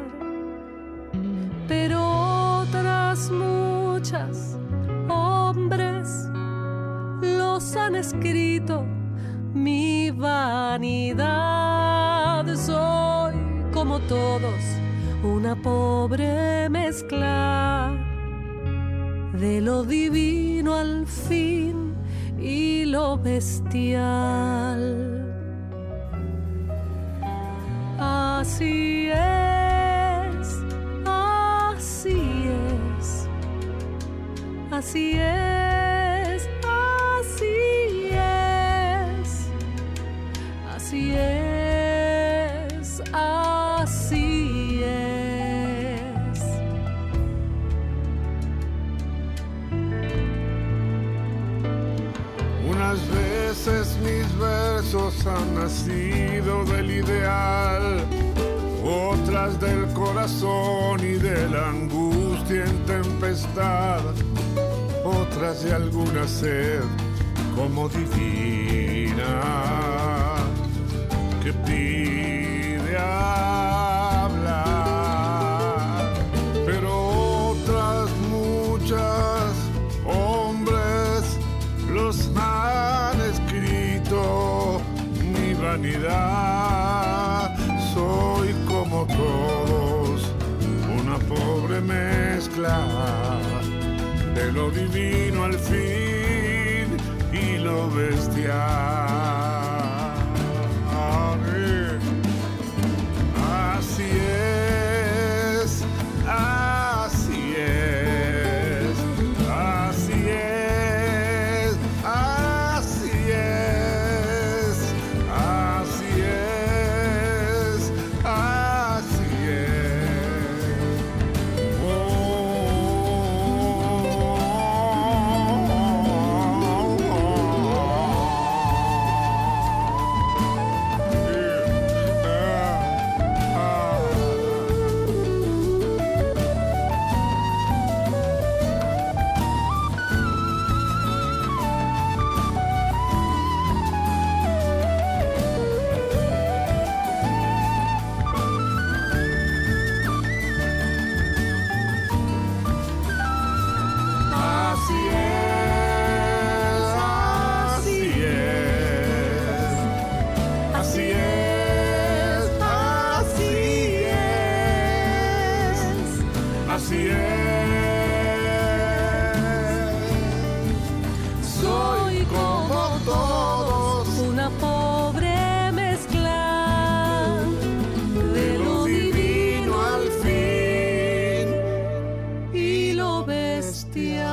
pero otras muchas hombres los han escrito. Mi vanidad, soy como todos, una pobre mezcla de lo divino al fin y lo bestial. Así es, así es, así es. Así es, así es. Unas veces mis versos han nacido del ideal, otras del corazón y de la angustia en tempestad, otras de alguna sed como divina que pide hablar, pero otras muchas hombres los han escrito. Mi vanidad, soy como todos, una pobre mezcla de lo divino al fin y lo bestial. Así es, así es. así es, así es, así es, así es, así es. Soy como todos, una pobre mezcla de lo divino al fin y lo bestial.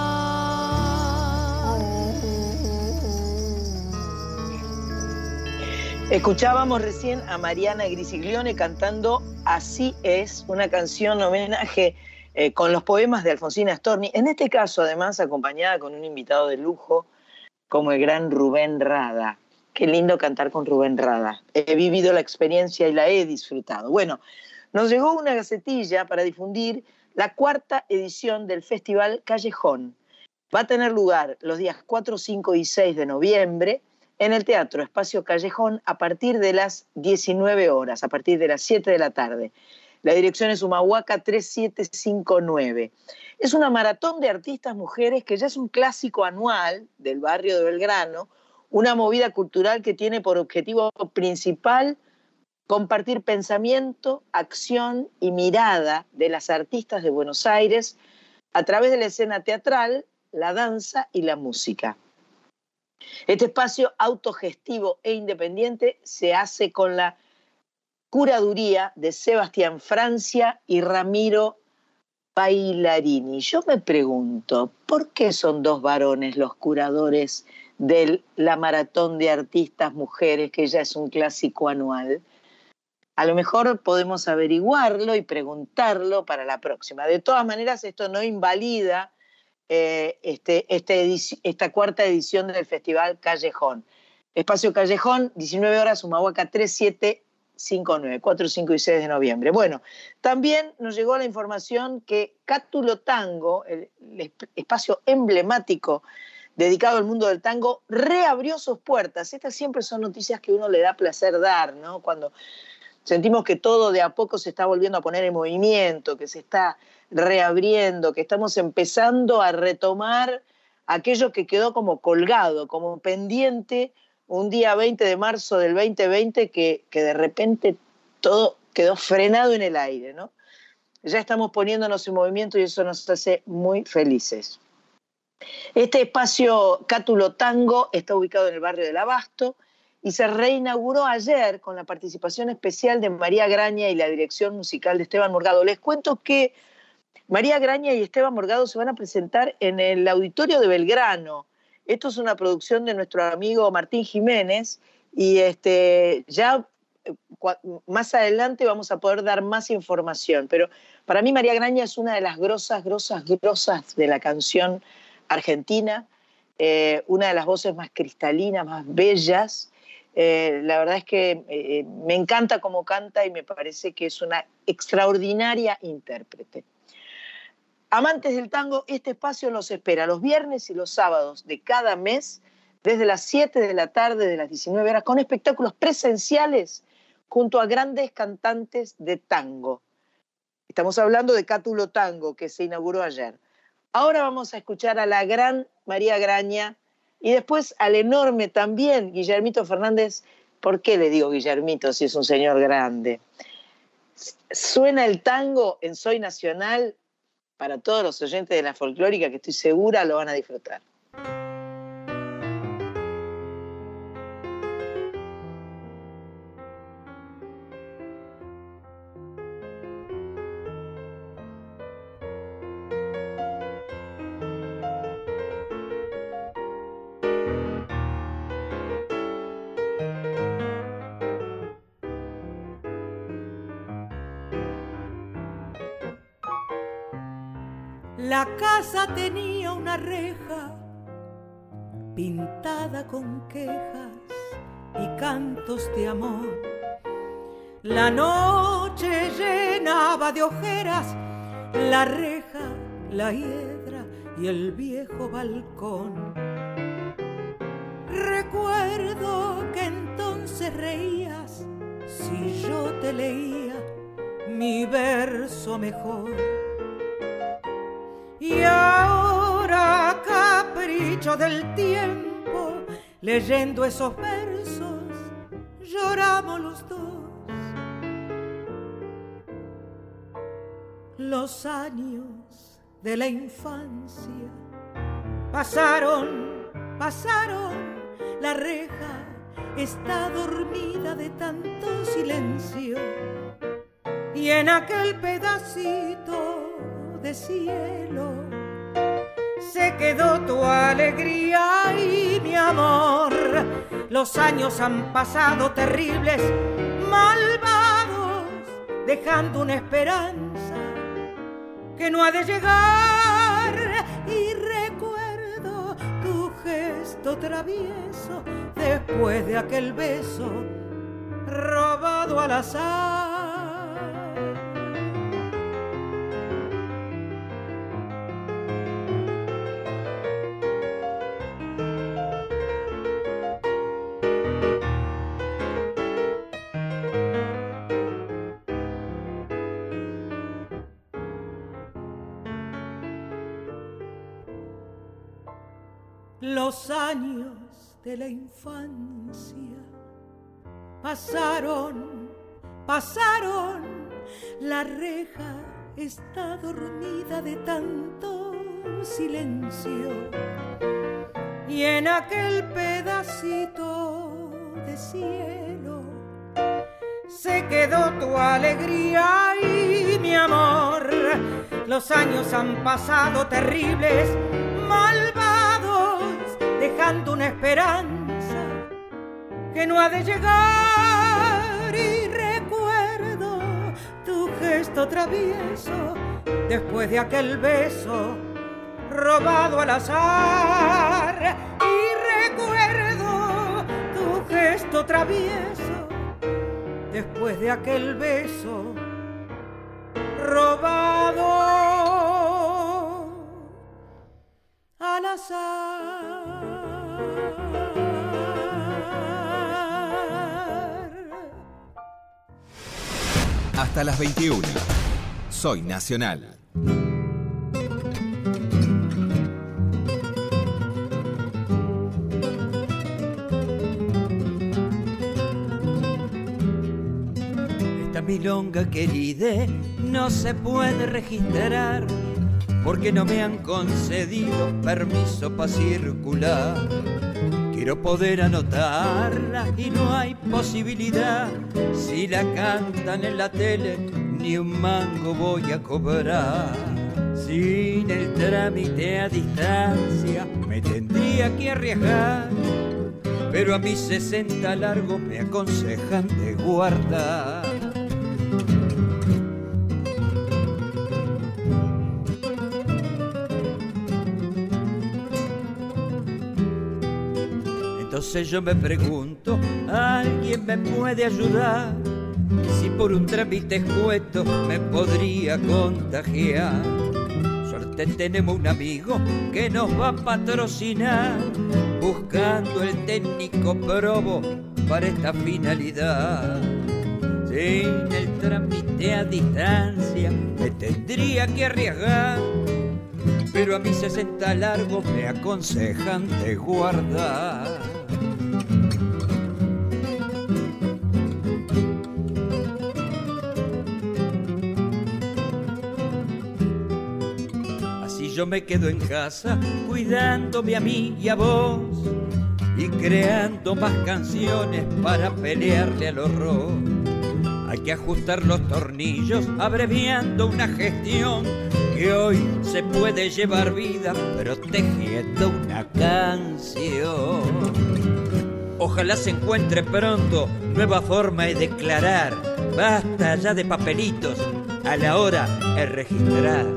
Escuchábamos recién a Mariana Grisiglione cantando Así es, una canción homenaje eh, con los poemas de Alfonsina Storni, en este caso además acompañada con un invitado de lujo como el gran Rubén Rada. Qué lindo cantar con Rubén Rada. He vivido la experiencia y la he disfrutado. Bueno, nos llegó una gacetilla para difundir la cuarta edición del Festival Callejón. Va a tener lugar los días cuatro, cinco y seis de noviembre en el Teatro Espacio Callejón a partir de las diecinueve horas, a partir de las siete de la tarde. La dirección es Humahuaca tres siete cinco nueve. Es una maratón de artistas mujeres que ya es un clásico anual del barrio de Belgrano, una movida cultural que tiene por objetivo principal compartir pensamiento, acción y mirada de las artistas de Buenos Aires a través de la escena teatral, la danza y la música. Este espacio autogestivo e independiente se hace con la curaduría de Sebastián Francia y Ramiro Bailarini. Yo me pregunto, ¿por qué son dos varones los curadores de la maratón de artistas mujeres, que ya es un clásico anual? A lo mejor podemos averiguarlo y preguntarlo para la próxima. De todas maneras, esto no invalida eh, este, este edici- esta cuarta edición del Festival Callejón. Espacio Callejón, diecinueve horas, Humahuaca tres siete cinco nueve, cuatro, cinco y seis de noviembre. Bueno, también nos llegó la información que Cátulo Tango, el, el espacio emblemático dedicado al mundo del tango, reabrió sus puertas. Estas siempre son noticias que uno le da placer dar, ¿no? Cuando sentimos que todo de a poco se está volviendo a poner en movimiento, que se está reabriendo, que estamos empezando a retomar aquello que quedó como colgado, como pendiente un día veinte de marzo del veinte veinte que, que de repente todo quedó frenado en el aire, ¿no? Ya estamos poniéndonos en movimiento y eso nos hace muy felices. Este espacio Cátulo Tango está ubicado en el barrio del Abasto y se reinauguró ayer con la participación especial de María Graña y la dirección musical de Esteban Morgado. Les cuento que María Graña y Esteban Morgado se van a presentar en el Auditorio de Belgrano. Esto es una producción de nuestro amigo Martín Jiménez y este, ya más adelante vamos a poder dar más información. Pero para mí María Graña es una de las grosas, grosas, grosas de la canción argentina, eh, una de las voces más cristalinas, más bellas. Eh, la verdad es que eh, me encanta cómo canta y me parece que es una extraordinaria intérprete. Amantes del tango, este espacio los espera los viernes y los sábados de cada mes, desde las siete de la tarde, de las diecinueve horas, con espectáculos presenciales junto a grandes cantantes de tango. Estamos hablando de Cátulo Tango, que se inauguró ayer. Ahora vamos a escuchar a la gran María Graña y después al enorme también Guillermito Fernández. ¿Por qué le digo Guillermito si es un señor grande? Suena el tango en Soy Nacional para todos los oyentes de la folclórica, que estoy segura lo van a disfrutar. La casa tenía una reja pintada con quejas y cantos de amor. La noche llenaba de ojeras la reja, la hiedra y el viejo balcón. Recuerdo que entonces reías si yo te leía mi verso mejor. Y ahora capricho del tiempo, leyendo esos versos, lloramos los dos. Los años de la infancia pasaron, pasaron, la reja está dormida de tanto silencio, y en aquel pedacito de cielo se quedó tu alegría y mi amor. Los años han pasado terribles, malvados, dejando una esperanza que no ha de llegar, y recuerdo tu gesto travieso después de aquel beso robado al azar. Los años de la infancia pasaron, pasaron, la reja está dormida de tanto silencio, y en aquel pedacito de cielo se quedó tu alegría y mi amor. Los años han pasado terribles, malvados, dejando una esperanza que no ha de llegar, y recuerdo tu gesto travieso después de aquel beso robado al azar, y recuerdo tu gesto travieso después de aquel beso robado al azar. Hasta las veintiuna. Soy Nacional. Esta milonga querida no se puede registrar porque no me han concedido permiso para circular. Quiero poder anotarla y no hay posibilidad. Si la cantan en la tele, ni un mango voy a cobrar. Sin el trámite a distancia, me tendría que arriesgar. Pero a mis sesenta largos me aconsejan de guardar. Entonces yo me pregunto, ¿alguien me puede ayudar? Si por un trámite escueto me podría contagiar. Suerte tenemos un amigo que nos va a patrocinar, buscando el técnico probo para esta finalidad. Sin el trámite a distancia me tendría que arriesgar, pero a mis sesenta largos me aconsejan de guardar. Yo me quedo en casa cuidándome a mí y a vos y creando más canciones para pelearle al horror. Hay que ajustar los tornillos abreviando una gestión que hoy se puede llevar vida protegiendo una canción. Ojalá se encuentre pronto nueva forma de declarar. Basta ya de papelitos, a la hora es registrar.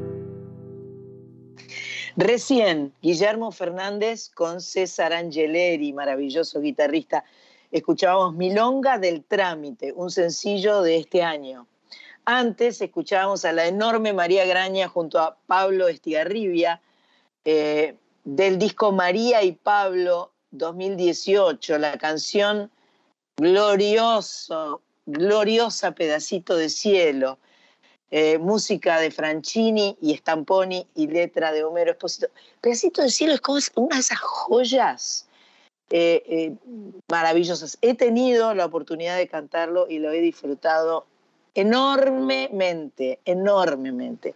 Recién, Guillermo Fernández con César Angeleri, maravilloso guitarrista. Escuchábamos Milonga del Trámite, un sencillo de este año. Antes escuchábamos a la enorme María Graña junto a Pablo Estigarribia, eh, del disco María y Pablo dos mil dieciocho, la canción Glorioso, Gloriosa Pedacito de Cielo. eh, música de Franchini y Stamponi y letra de Homero Espósito. Pedacito del cielo es como una de esas joyas eh, eh, maravillosas. He tenido la oportunidad de cantarlo y lo he disfrutado enormemente, enormemente.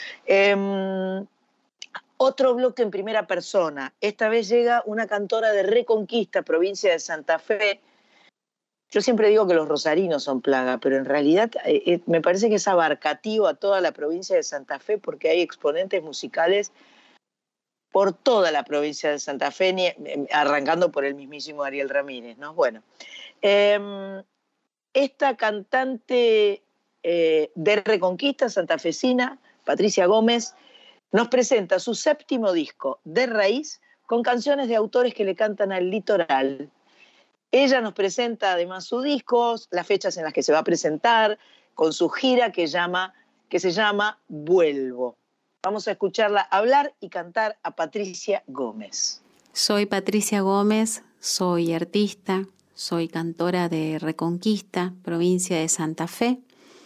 Eh, otro bloque en primera persona. Esta vez llega una cantora de Reconquista, provincia de Santa Fe. Yo siempre digo que los rosarinos son plaga, pero en realidad eh, me parece que es abarcativo a toda la provincia de Santa Fe porque hay exponentes musicales por toda la provincia de Santa Fe, ni, arrancando por el mismísimo Ariel Ramírez, ¿no? Bueno, eh, esta cantante eh, de Reconquista santafesina, Patricia Gómez, nos presenta su séptimo disco, De Raíz, con canciones de autores que le cantan al litoral. Ella nos presenta además su disco, las fechas en las que se va a presentar, con su gira que, llama, que se llama Vuelvo. Vamos a escucharla hablar y cantar a Patricia Gómez. Soy Patricia Gómez, soy artista, soy cantora de Reconquista, provincia de Santa Fe.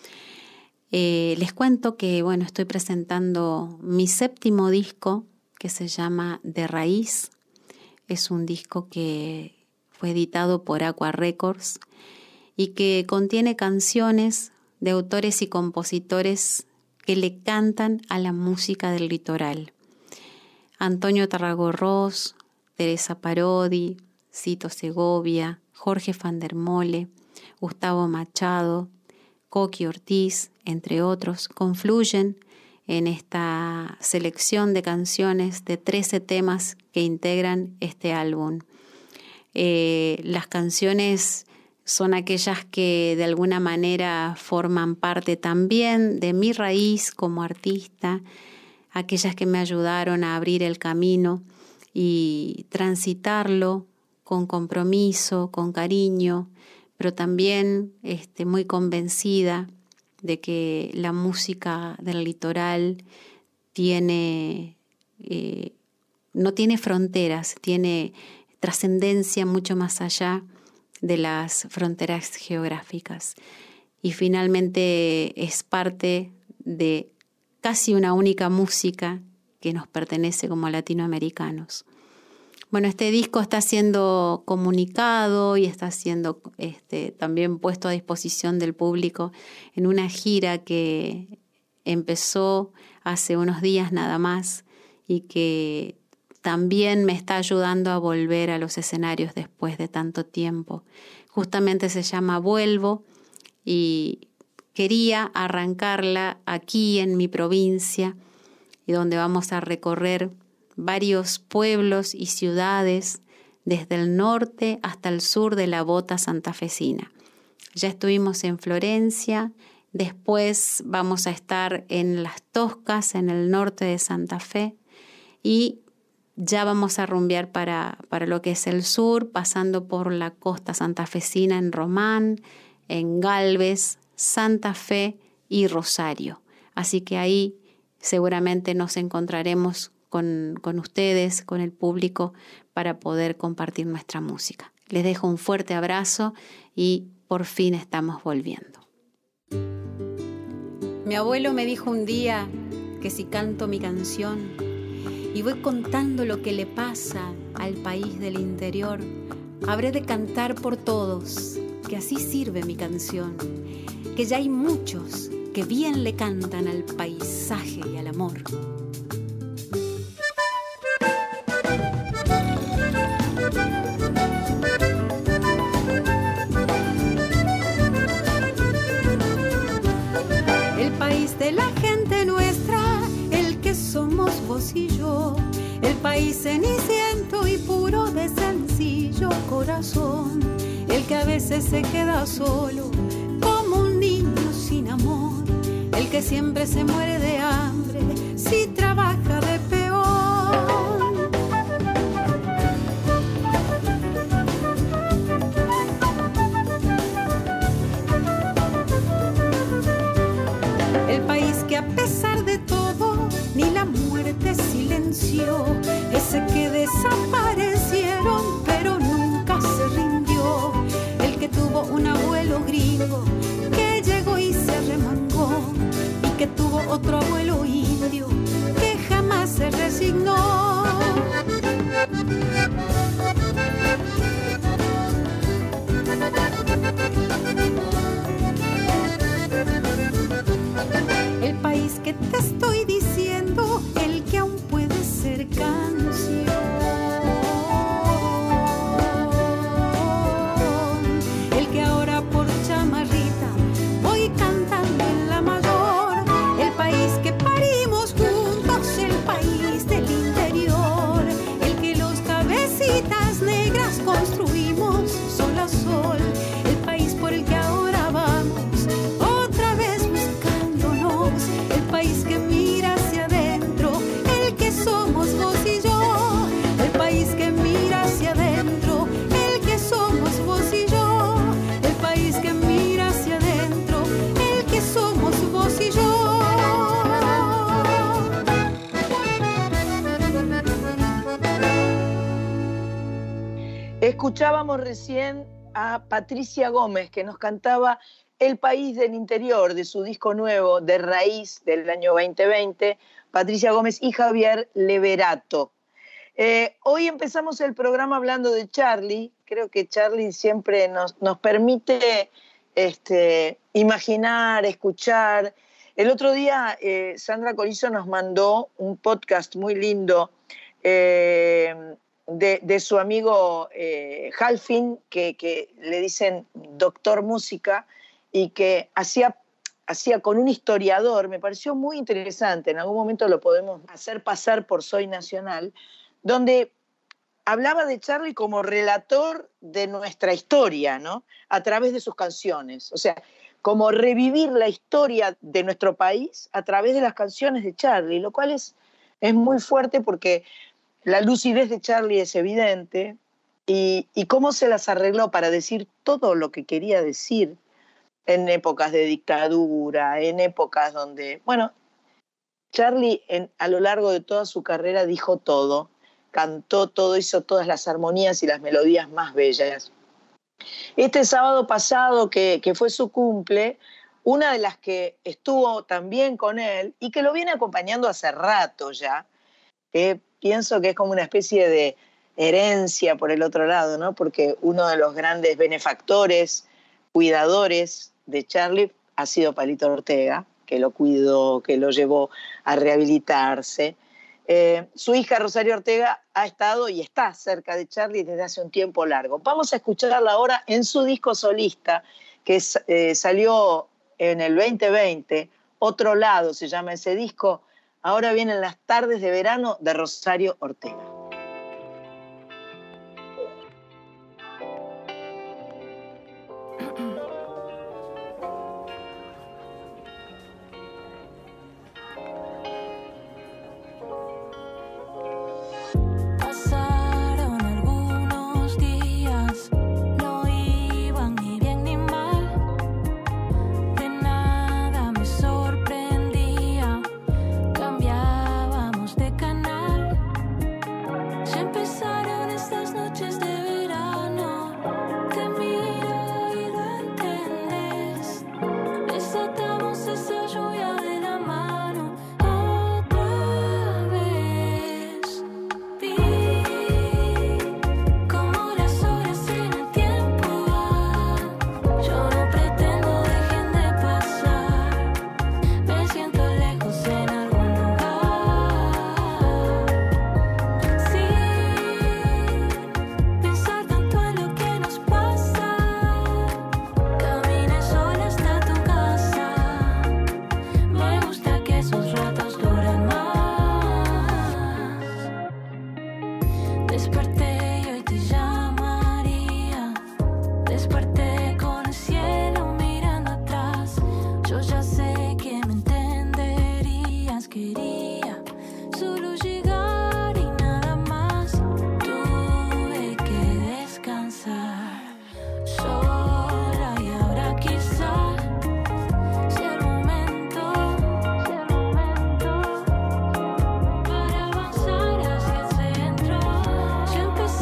Eh, les cuento que bueno, estoy presentando mi séptimo disco que se llama De Raíz. Es un disco que fue editado por Aqua Records y que contiene canciones de autores y compositores que le cantan a la música del litoral. Antonio Tarragorros, Teresa Parodi, Cito Segovia, Jorge van der Mole, Gustavo Machado, Coqui Ortiz, entre otros, confluyen en esta selección de canciones de trece temas que integran este álbum. Eh, las canciones son aquellas que de alguna manera forman parte también de mi raíz como artista, aquellas que me ayudaron a abrir el camino y transitarlo con compromiso, con cariño, pero también este, muy convencida de que la música del litoral tiene, eh, no tiene fronteras, tiene trascendencia mucho más allá de las fronteras geográficas. Y finalmente es parte de casi una única música que nos pertenece como latinoamericanos. Bueno, este disco está siendo comunicado y está siendo este, también puesto a disposición del público en una gira que empezó hace unos días nada más y que también me está ayudando a volver a los escenarios después de tanto tiempo. Justamente se llama Vuelvo y quería arrancarla aquí en mi provincia y donde vamos a recorrer varios pueblos y ciudades desde el norte hasta el sur de la bota santafesina. Ya estuvimos en Florencia, después vamos a estar en Las Toscas, en el norte de Santa Fe, y ya vamos a rumbear para, para lo que es el sur, pasando por la costa santafesina en Román, en Galvez, Santa Fe y Rosario. Así que ahí seguramente nos encontraremos con, con ustedes, con el público, para poder compartir nuestra música. Les dejo un fuerte abrazo y por fin estamos volviendo. Mi abuelo me dijo un día que si canto mi canción y voy contando lo que le pasa al país del interior, habré de cantar por todos, que así sirve mi canción, que ya hay muchos que bien le cantan al paisaje y al amor. El país de la gente nuestra, el que somos vos y yo, el país ceniciento y puro de sencillo corazón, el que a veces se queda solo como un niño sin amor, el que siempre se muere de hambre si trabaja de peón. El país que a pesar de todo ni la muerte silenció, ese que desaparecieron pero nunca se rindió, el que tuvo un abuelo gringo que llegó y se arremangó y que tuvo otro abuelo indio que jamás se resignó. El país que te estoy diciendo, el que aún puede ser canción, el que ahora por chamarrita voy cantando en la mayor, el país que parimos juntos, el país del interior, el que los cabecitas negras construimos sol a sol, el país por el que ahora vamos otra vez buscándonos, el país que mira hacia adentro, el que somos vos y yo, el país que mira hacia adentro, el que somos vos y yo, el país que mira hacia adentro, el que somos vos y yo. Escuchábamos recién a Patricia Gómez, que nos cantaba El país del interior, de su disco nuevo, De Raíz, del año veinte veinte, Patricia Gómez y Javier Leverato. Eh, hoy empezamos el programa hablando de Charlie. Creo que Charlie siempre nos, nos permite este, imaginar, escuchar. El otro día eh, Sandra Corizo nos mandó un podcast muy lindo eh, de, de su amigo eh, Halfin, que, que le dicen Doctor Música, y que hacía, hacía con un historiador. Me pareció muy interesante, en algún momento lo podemos hacer pasar por Soy Nacional, donde hablaba de Charlie como relator de nuestra historia, ¿no? A través de sus canciones. O sea, como revivir la historia de nuestro país a través de las canciones de Charlie, lo cual es, es muy fuerte porque la lucidez de Charlie es evidente y, y cómo se las arregló para decir todo lo que quería decir en épocas de dictadura, en épocas donde... Bueno, Charlie en, a lo largo de toda su carrera dijo todo, cantó todo, hizo todas las armonías y las melodías más bellas. Este sábado pasado, que, que fue su cumple, una de las que estuvo también con él y que lo viene acompañando hace rato ya, que pienso que es como una especie de herencia por el otro lado, ¿no? Porque uno de los grandes benefactores, cuidadores de Charlie ha sido Palito Ortega, que lo cuidó, que lo llevó a rehabilitarse. Eh, su hija Rosario Ortega ha estado y está cerca de Charlie desde hace un tiempo largo. Vamos a escucharla ahora en su disco solista, que es, eh, salió en el veinte veinte, Otro Lado se llama ese disco. Ahora vienen las tardes de verano de Rosario Ortega. Siempre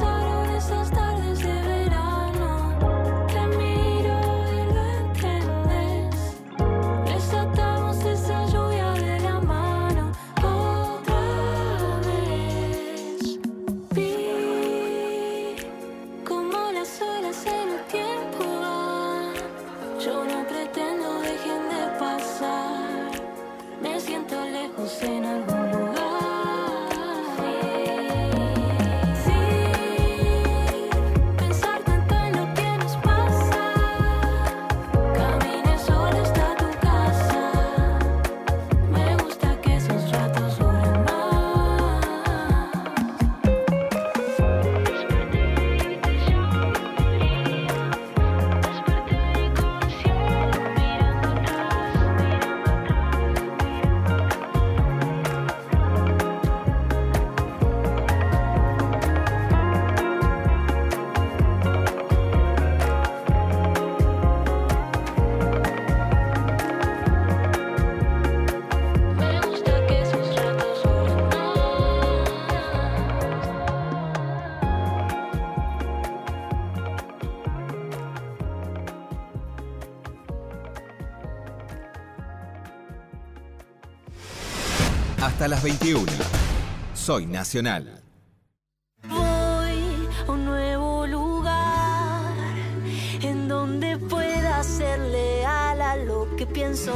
Hasta las veintiuna. Soy Nacional. Voy a un nuevo lugar en donde pueda ser leal a lo que pienso.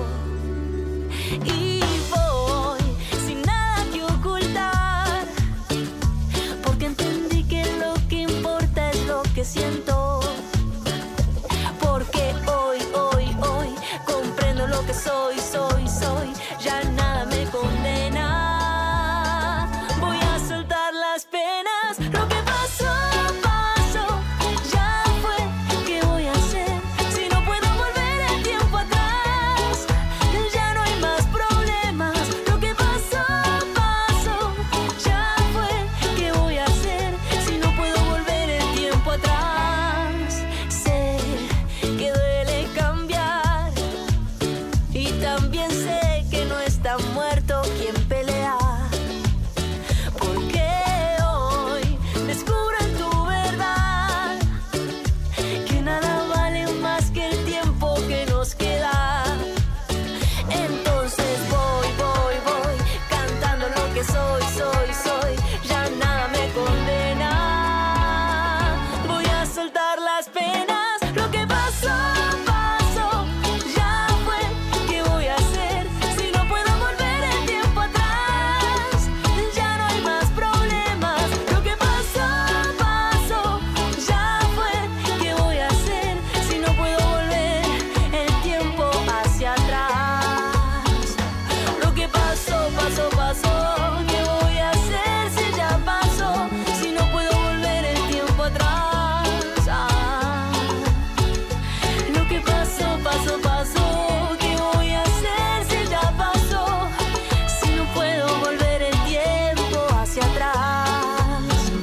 Y voy sin nada que ocultar, porque entendí que lo que importa es lo que siento. Porque hoy, hoy, hoy comprendo lo que soy, soy, soy. Ya nada me condena. Voy a soltar las penas. Lo que pasó, pasó. Ya fue. ¿Qué voy a hacer si no puedo volver el tiempo atrás? Ya no hay más problemas. Lo que pasó, pasó. Ya fue. ¿Qué voy a hacer si no puedo volver el tiempo atrás? Sé que duele cambiar y también sé que no está muerto quien pelea, porque hoy descubro en tu verdad que nada vale más que el tiempo que nos queda. Entonces voy, voy, voy cantando lo que soy, soy, soy. Ya nada me condena. Voy a soltar las penas. Lo que pasó, pasó. Ya fue. ¿Qué voy a hacer si no puedo volver el tiempo atrás? Ya no hay más problemas. Lo que pasó, pasó. Ya fue. ¿Qué voy a hacer si no puedo volver el tiempo hacia atrás? Lo que pasó, pasó, pasó. ¿Qué voy a hacer si ya pasó? Si no puedo volver el tiempo atrás. Ah. Lo que pasó, pasó, pasó. ¿Qué voy a hacer si ya pasó? Si no puedo volver el tiempo hacia atrás.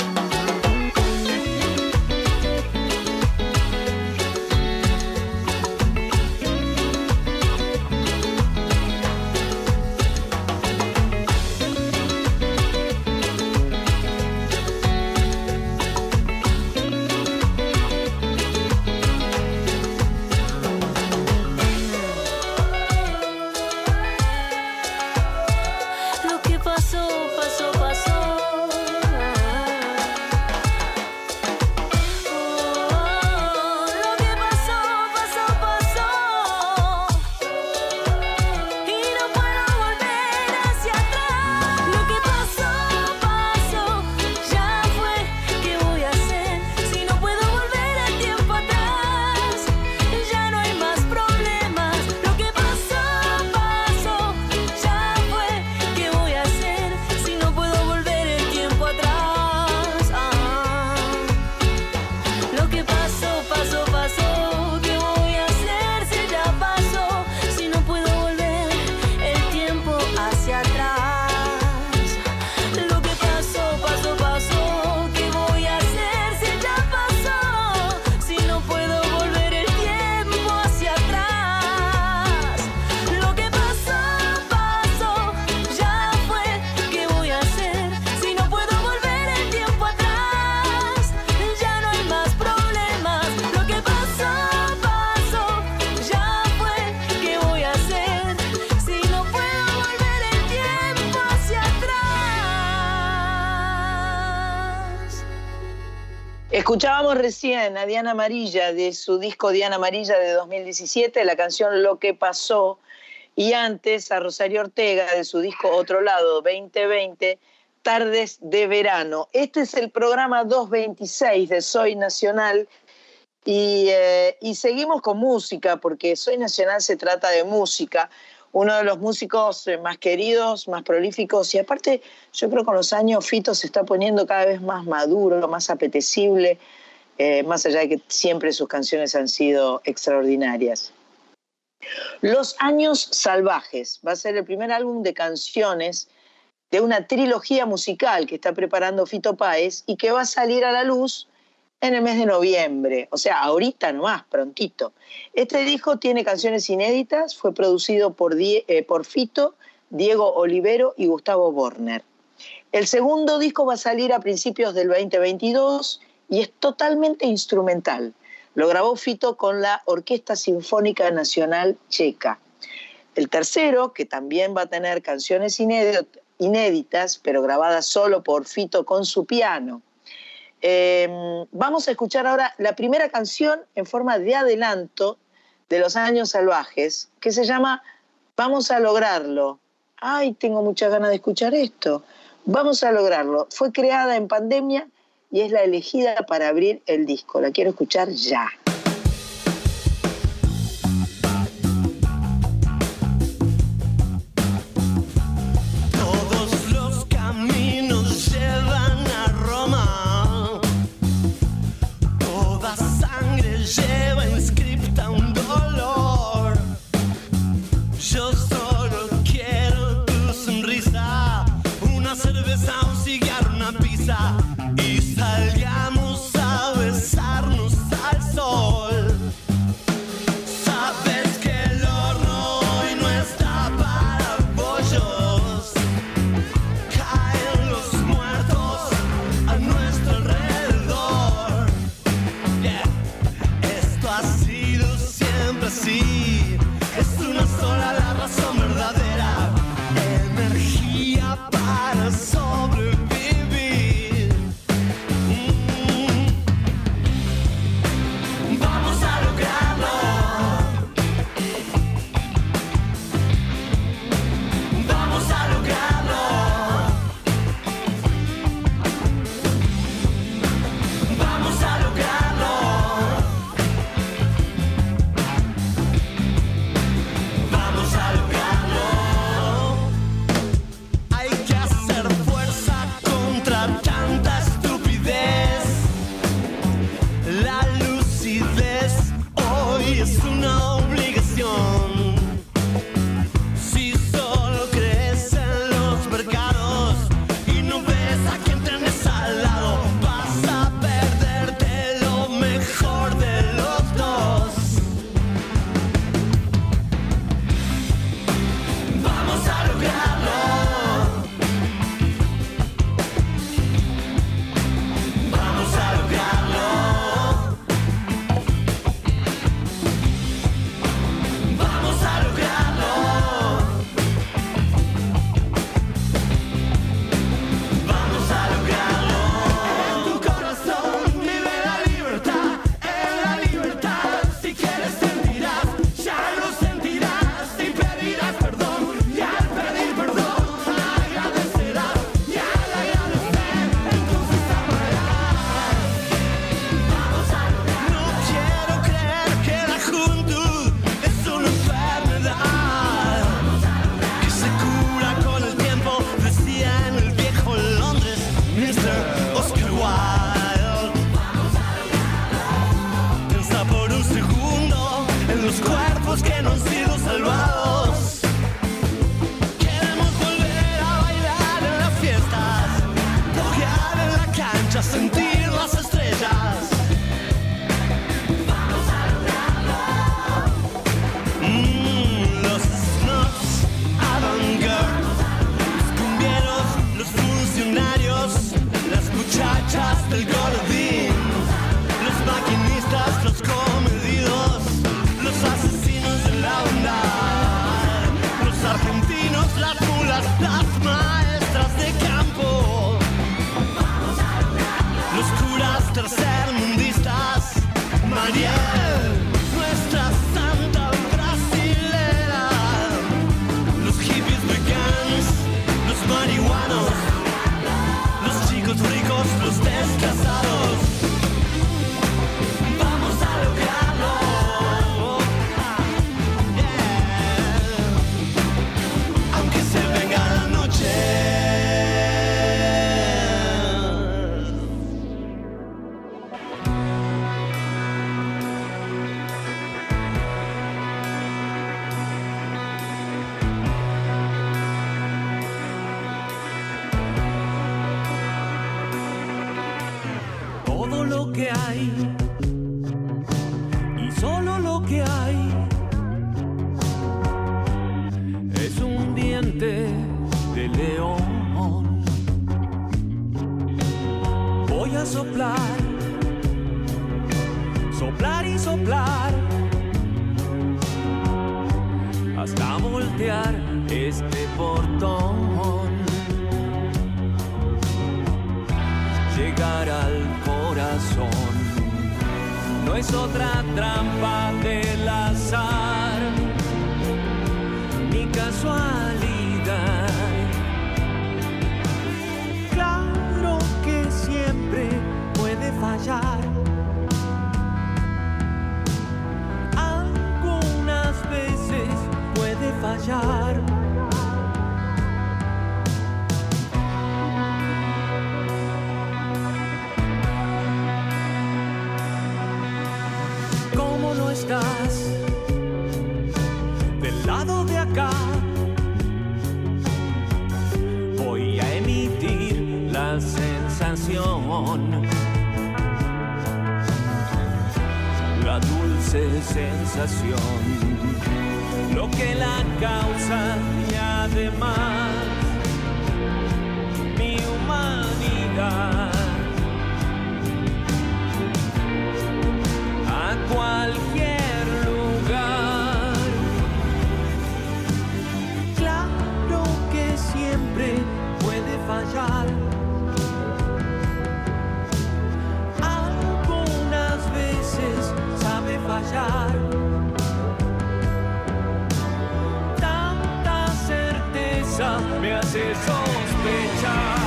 Lo que pasó, pasó, pasó. Oh, lo que pasó, pasó, pasó. Y no puedo volver hacia atrás. Lo que pasó, pasó. Ya fue. ¿Qué voy a hacer si no puedo volver el tiempo atrás? Ya no hay más problemas. Lo que pasó, pasó. Ya fue. ¿Qué voy a hacer si no puedo volver el tiempo atrás? Ah. Lo que pasó, pasó, pasó. ¿Qué voy a hacer si ya pasó? Si no puedo volver el tiempo hacia atrás. Lo que pasó, pasó, pasó. ¿Qué voy a hacer si ya pasó? Si no puedo volver el tiempo hacia atrás. Lo que pasó, pasó. Ya fue. ¿Qué voy a hacer si no puedo volver el tiempo atrás? Ya no hay más problemas. Lo que pasó, pasó. Ya fue. ¿Qué voy a hacer si no puedo volver el tiempo hacia atrás? Escuchábamos recién a Diana Amarilla de su disco Diana Amarilla de dos mil diecisiete, la canción Lo que pasó, y antes a Rosario Ortega de su disco Otro Lado veinte veinte, Tardes de Verano. Este es el programa doscientos veintiséis de Soy Nacional y, eh, y seguimos con música, porque Soy Nacional se trata de música. Uno de los músicos más queridos, más prolíficos, y aparte yo creo que con los años Fito se está poniendo cada vez más maduro, más apetecible, eh, más allá de que siempre sus canciones han sido extraordinarias. Los Años Salvajes va a ser el primer álbum de canciones de una trilogía musical que está preparando Fito Páez y que va a salir a la luz en el mes de noviembre, o sea, ahorita nomás, prontito. Este disco tiene canciones inéditas, fue producido por, Die- eh, por Fito, Diego Olivero y Gustavo Borner. El segundo disco va a salir a principios del veinte veintidós y es totalmente instrumental. Lo grabó Fito con la Orquesta Sinfónica Nacional Checa. El tercero, que también va a tener canciones inéditas, pero grabadas solo por Fito con su piano. Eh, vamos a escuchar ahora la primera canción en forma de adelanto de Los Años Salvajes, que se llama Vamos a lograrlo. Ay, tengo muchas ganas de escuchar esto. Vamos a lograrlo. Fue creada en pandemia y es la elegida para abrir el disco. La quiero escuchar ya. Lleva inscripta un dolor. Yo solo quiero tu sonrisa, una cerveza, un cigarro, una pizza y salgamos a besarnos al sol. Sabes que el horno hoy no está para pollos. Caen los muertos a nuestro alrededor. Yeah. Ha sido siempre así, es una sola la razón verdadera, energía para sobrevivir. Mm. Vamos a lograrlo. Vamos a lograrlo. Vamos a lograrlo. Tanta estupidez, la lucidez hoy es una obligación. Si solo crees en los mercados y no ves a quien tenés al lado, vas a perderte lo mejor de los dos. Vamos a lograrlo. Que no han sido salvados. Queremos volver a bailar en las fiestas, toquear en la cancha, sentir las estrellas. Vamos a lograrlo. Mm, los snobs, avant-garde, los cumbieros, los funcionarios, las muchachas del Gordín, los maquinistas, los comedidos, los asesinos de la bondad, los argentinos, las mulas, las maestras de campo, los curas tercermundistas, Mariel, nuestra santa brasilera, los hippies veganos, los marihuanos, los chicos ricos, los descasados. Vamos a lograrlo. Todo lo que hay y solo lo que hay es un diente de león. Voy a soplar, soplar y soplar hasta voltear este portón. Llegar al corazón no es otra trampa del azar ni casualidad. Claro que siempre puede fallar. Algunas veces puede fallar. ¿Cómo no estás del lado de acá? Voy a emitir la sensación, la dulce sensación, lo que la causa y además mi humanidad. A cualquier lugar. Claro que siempre puede fallar. Algunas veces sabe fallar. Tanta certeza me hace sospechar.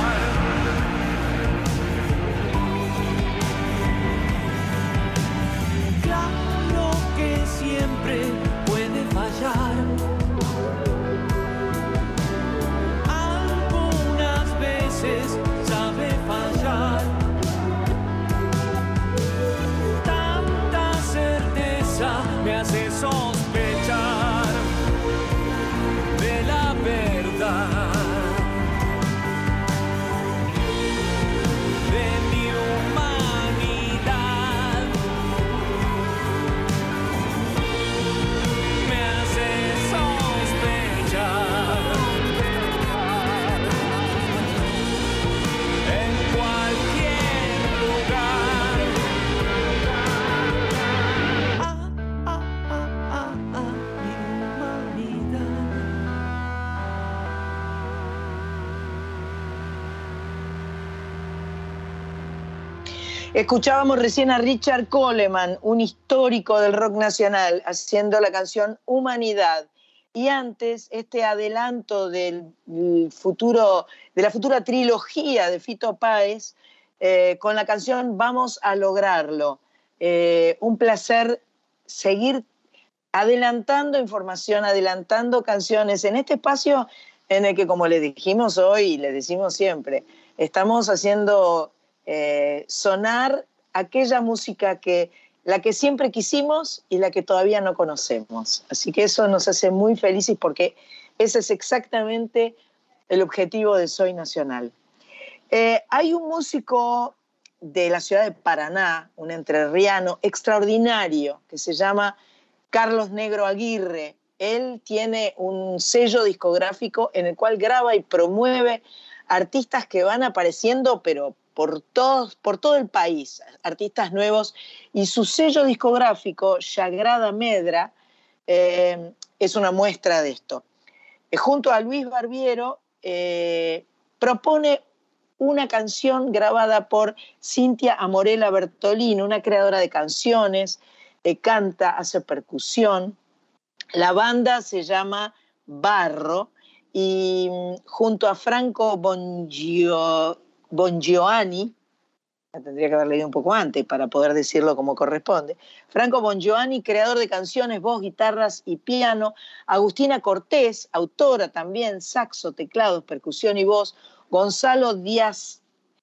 Claro que siempre puede fallar. Algunas veces sabe fallar. Tanta certeza me hace sospechar de la verdad. Escuchábamos recién a Richard Coleman, un histórico del rock nacional, haciendo la canción Humanidad. Y antes, este adelanto del futuro, de la futura trilogía de Fito Páez, eh, con la canción Vamos a lograrlo. Eh, un placer seguir adelantando información, adelantando canciones en este espacio en el que, como les dijimos hoy y les decimos siempre, estamos haciendo eh, sonar aquella música que la que siempre quisimos y la que todavía no conocemos. Así que eso nos hace muy felices porque ese es exactamente el objetivo de Soy Nacional. Eh, hay un músico de la ciudad de Paraná, un entrerriano extraordinario, que se llama Carlos Negro Aguirre. Él tiene un sello discográfico en el cual graba y promueve artistas que van apareciendo, pero por, todos, por todo el país, artistas nuevos, y su sello discográfico, Sagrada Medra, eh, es una muestra de esto. Eh, junto a Luis Barbiero, eh, propone una canción grabada por Cintia Amorella Bertolino, una creadora de canciones, eh, canta, hace percusión. La banda se llama Barro y junto a Franco Bongio, Bongiovanni, tendría que haber leído un poco antes para poder decirlo como corresponde, Franco Bongiovanni, creador de canciones, voz, guitarras y piano, Agustina Cortés, autora también, saxo, teclados, percusión y voz, Gonzalo Díaz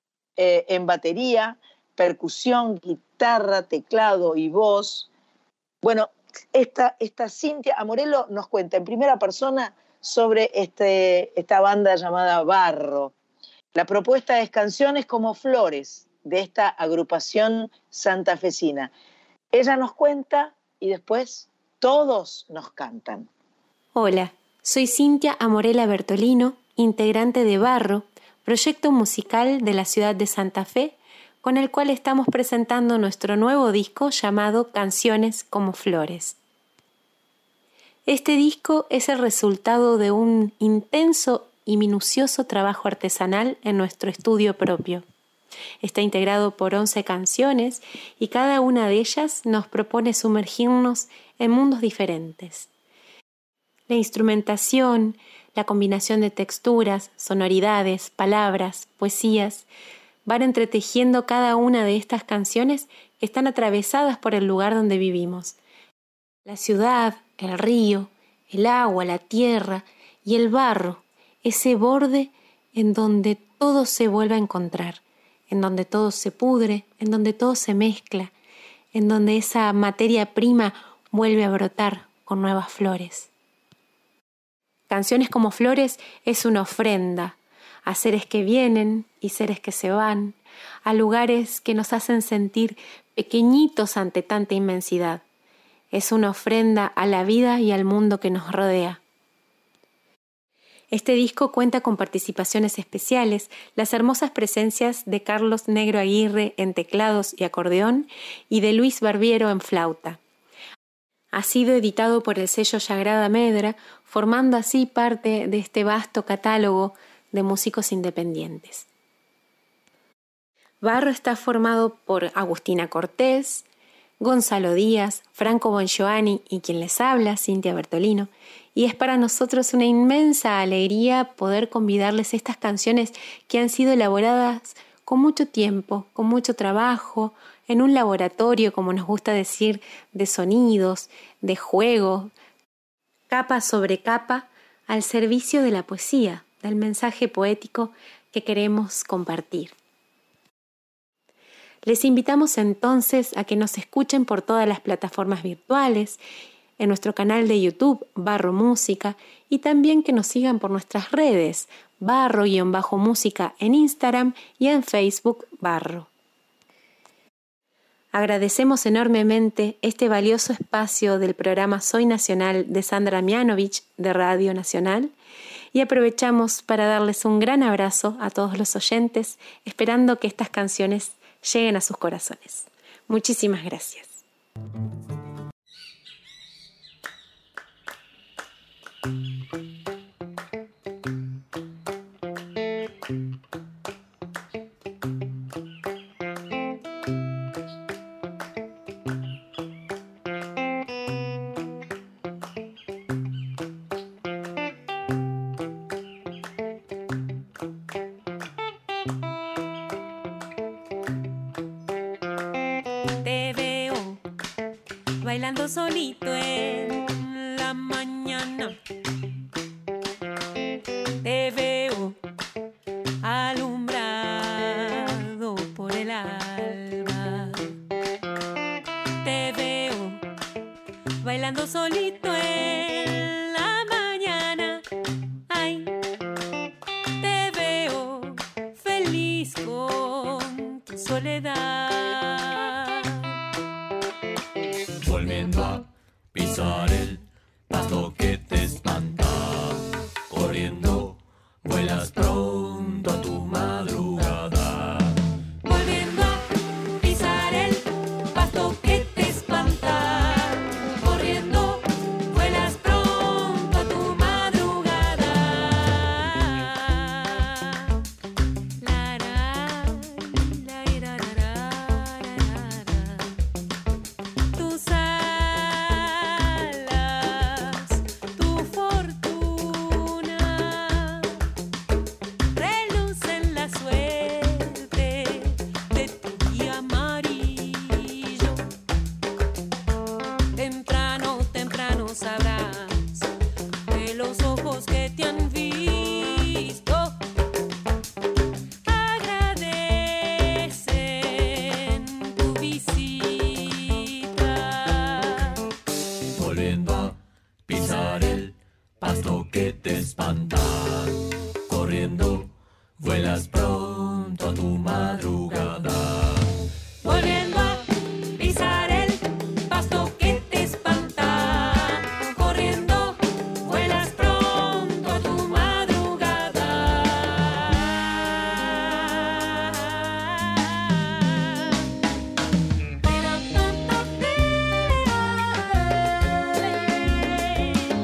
eh, en batería, percusión, guitarra, teclado y voz. Bueno, esta, esta Cintia Amorello nos cuenta en primera persona sobre este, esta banda llamada Barro. La propuesta es Canciones como Flores, de esta agrupación santafesina. Ella nos cuenta y después todos nos cantan. Hola, soy Cintia Amorella Bertolino, integrante de Barro, proyecto musical de la ciudad de Santa Fe, con el cual estamos presentando nuestro nuevo disco llamado Canciones como Flores. Este disco es el resultado de un intenso y minucioso trabajo artesanal en nuestro estudio propio. Está integrado por once canciones y cada una de ellas nos propone sumergirnos en mundos diferentes. La instrumentación, la combinación de texturas, sonoridades, palabras, poesías, van entretejiendo cada una de estas canciones que están atravesadas por el lugar donde vivimos. La ciudad, el río, el agua, la tierra y el barro, ese borde en donde todo se vuelve a encontrar, en donde todo se pudre, en donde todo se mezcla, en donde esa materia prima vuelve a brotar con nuevas flores. Canciones como Flores es una ofrenda a seres que vienen y seres que se van, a lugares que nos hacen sentir pequeñitos ante tanta inmensidad. Es una ofrenda a la vida y al mundo que nos rodea. Este disco cuenta con participaciones especiales, las hermosas presencias de Carlos Negro Aguirre en teclados y acordeón y de Luis Barbiero en flauta. Ha sido editado por el sello Sagrada Medra, formando así parte de este vasto catálogo de músicos independientes. Barro está formado por Agustina Cortés, Gonzalo Díaz, Franco Bongiovanni y quien les habla, Cintia Bertolino, y es para nosotros una inmensa alegría poder convidarles estas canciones que han sido elaboradas con mucho tiempo, con mucho trabajo, en un laboratorio, como nos gusta decir, de sonidos, de juego, capa sobre capa, al servicio de la poesía, del mensaje poético que queremos compartir. Les invitamos entonces a que nos escuchen por todas las plataformas virtuales, en nuestro canal de YouTube, Barro Música, y también que nos sigan por nuestras redes, Barro-Música en Instagram y en Facebook, Barro. Agradecemos enormemente este valioso espacio del programa Soy Nacional de Sandra Mianovich de Radio Nacional y aprovechamos para darles un gran abrazo a todos los oyentes, esperando que estas canciones lleguen a sus corazones. Muchísimas gracias. Bailando solito en la mañana, te veo alumbrado por el alba, te veo bailando solito en la mañana, ay, te veo feliz con tu soledad. Volviendo a pisar el pasto que te espanta, corriendo, vuelas pronto a tu madrugada. Volviendo a pisar el pasto que te espanta, corriendo, vuelas pronto a tu madrugada. La, la, la, la, la, la. Tus alas, tu fortuna, relucen la suerte de tu día amarillo. Temprano, temprano sabrás que los ojos que te han visto agradecen tu visita. Volviendo a pisar el pasto que te espanta, corriendo, vuelas pronto a tu madrugada. Volviendo a pisar el pasto que te espanta, corriendo, vuelas pronto a tu madrugada. Pero,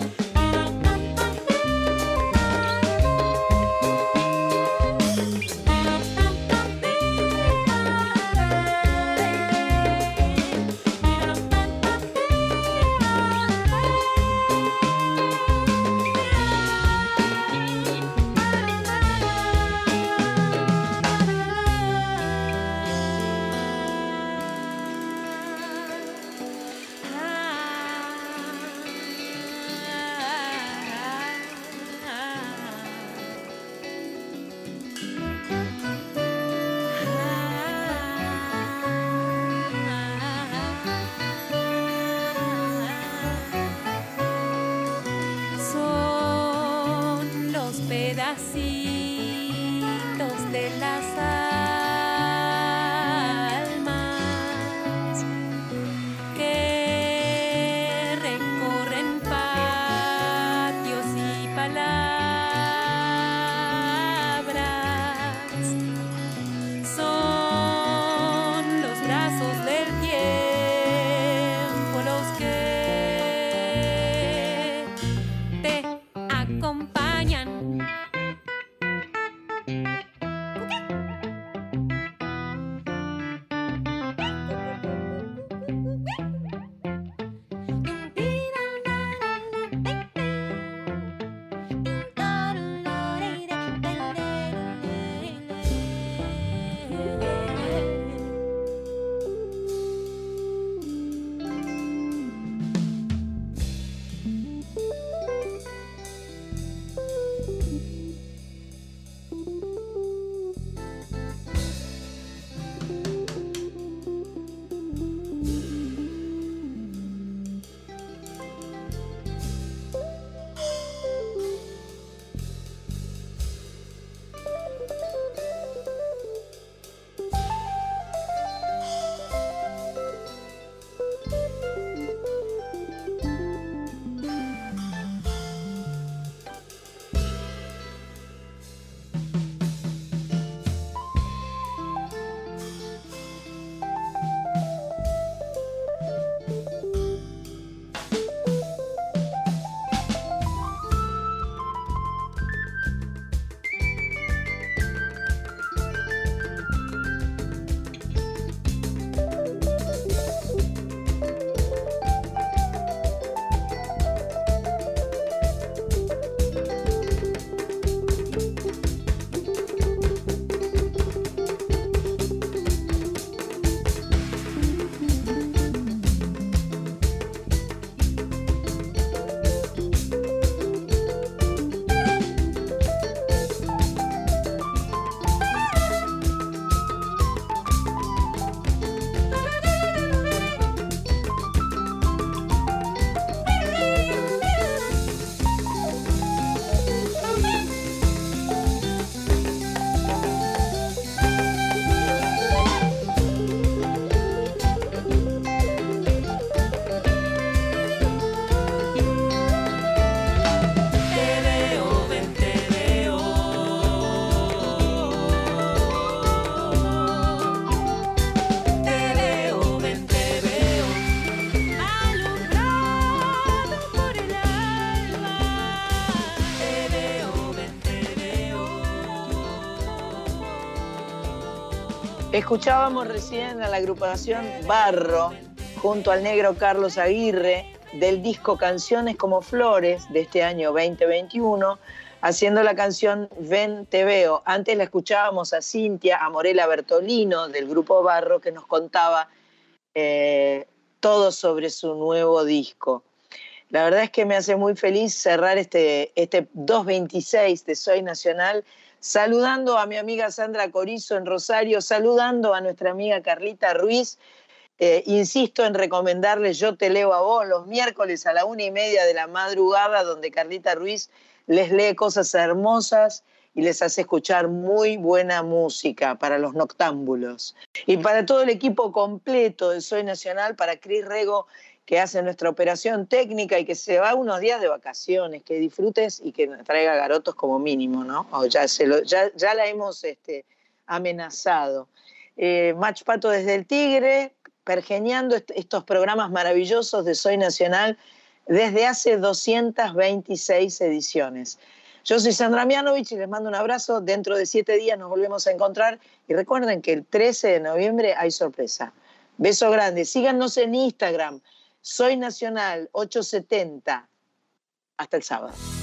pedacitos de las almas que recorren patios y palabras. Son los brazos del tiempo los que te acompañan. Escuchábamos recién a la agrupación Barro junto al negro Carlos Aguirre del disco Canciones como Flores de este año veinte veintiuno, haciendo la canción Ven Te Veo. Antes la escuchábamos a Cintia Amorela Bertolino del grupo Barro, que nos contaba eh, todo sobre su nuevo disco. La verdad es que me hace muy feliz cerrar este, este dos veintiséis de Soy Nacional saludando a mi amiga Sandra Corizo en Rosario, saludando a nuestra amiga Carlita Ruiz. Eh, insisto en recomendarles Yo Te Leo a Vos los miércoles a la una y media de la madrugada, donde Carlita Ruiz les lee cosas hermosas y les hace escuchar muy buena música para los noctámbulos. Y para todo el equipo completo de Soy Nacional, para Cris Rego, que hace nuestra operación técnica y que se va unos días de vacaciones, que disfrutes y que traiga garotos como mínimo, ¿no? O ya, se lo, ya, ya la hemos este, amenazado. Eh, Mach Pato desde el Tigre, pergeñando est estos programas maravillosos de Soy Nacional desde hace doscientas veintiséis ediciones. Yo soy Sandra Mianovich y les mando un abrazo. Dentro de siete días nos volvemos a encontrar. Y recuerden que el trece de noviembre hay sorpresa. Beso grande. Síganos en Instagram. Soy Nacional ocho setenta. Hasta el sábado.